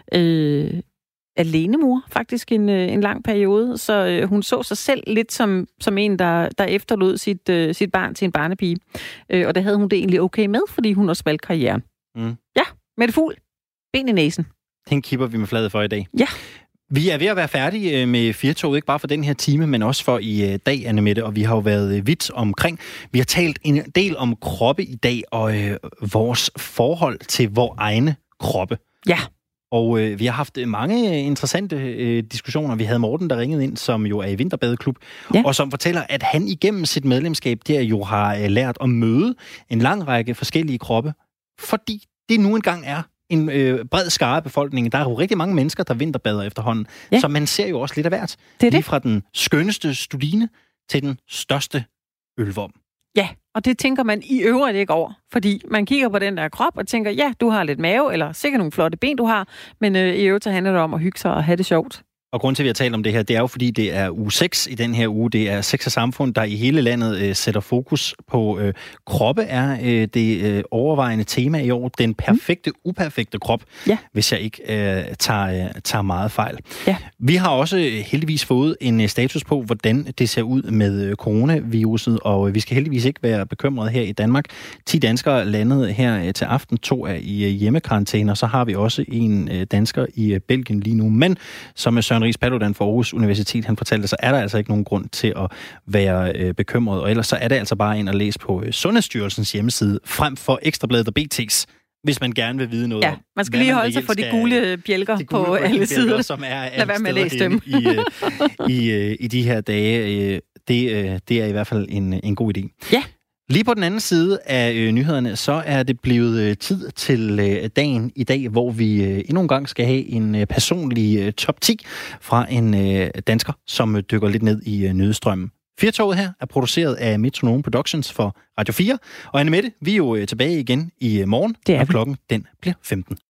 Speaker 2: øh, alenemor faktisk en, en lang periode, så øh, hun så sig selv lidt som, som en, der, der efterlod sit, øh, sit barn til en barnepige. Øh, og det havde hun det egentlig okay med, fordi hun også valgte karrieren.
Speaker 1: Mm.
Speaker 2: Ja, Mette Fugl. Ben i næsen.
Speaker 1: Den kipper vi med fladet for i dag.
Speaker 2: Ja.
Speaker 1: Vi er ved at være færdige med Firtoget, ikke bare for den her time, men også for i dag, Annemette, og vi har jo været vidt omkring. Vi har talt en del om kroppe i dag, og øh, vores forhold til vores egne kroppe.
Speaker 2: Ja.
Speaker 1: Og øh, vi har haft mange interessante øh, diskussioner. Vi havde Morten, der ringede ind, som jo er i Vinterbadeklub, ja. og som fortæller, at han igennem sit medlemskab der jo har øh, lært at møde en lang række forskellige kroppe, fordi det nu engang er en øh, bred skare af befolkningen. Der er jo rigtig mange mennesker, der vinterbader efterhånden, ja. så man ser jo også lidt af hvert.
Speaker 2: Det er
Speaker 1: Lige
Speaker 2: det.
Speaker 1: fra den skønneste studine til den største ølvorm.
Speaker 2: Ja, og det tænker man i øvrigt ikke over, fordi man kigger på den der krop og tænker, ja, du har lidt mave, eller sikkert nogle flotte ben, du har, men øh, i øvrigt så handler det om at hygge sig og have det sjovt.
Speaker 1: Og grunden til, at vi har talt om det her, det er jo, fordi det er uge seks i den her uge. Det er Sex og Samfund, der i hele landet øh, sætter fokus på øh, kroppe, er øh, det øh, overvejende tema i år. Den perfekte, uperfekte krop, ja. Hvis jeg ikke øh, tager, øh, tager meget fejl. Ja. Vi har også heldigvis fået en status på, hvordan det ser ud med coronaviruset, og vi skal heldigvis ikke være bekymrede her i Danmark. ti danskere landede her til aften, to er i hjemmekarantæne, og så har vi også en dansker i Belgien lige nu. Men som Søren Riis Paludan fra Aarhus Universitet, han fortalte, så er der altså ikke nogen grund til at være bekymret, og ellers så er det altså bare ind at læse på Sundhedsstyrelsens hjemmeside, frem for Ekstrabladet og B T's, hvis man gerne vil vide noget
Speaker 2: ja,
Speaker 1: om.
Speaker 2: Man skal lige holde sig for de gule bjælker de gule på alle sider.
Speaker 1: Som er
Speaker 2: Lad være med at læse dem.
Speaker 1: i, i, i de her dage. Det, det er i hvert fald en, en god idé.
Speaker 2: Ja.
Speaker 1: Lige på den anden side af øh, nyhederne, så er det blevet øh, tid til øh, dagen i dag, hvor vi øh, endnu en gang skal have en øh, personlig øh, top ti fra en øh, dansker, som øh, dykker lidt ned i øh, nyhedsstrømmen. Firtoget her er produceret af Metronome Productions for Radio fire. Og Anne Mette, vi er jo øh, tilbage igen i øh, morgen,
Speaker 2: det er
Speaker 1: og klokken den bliver femten.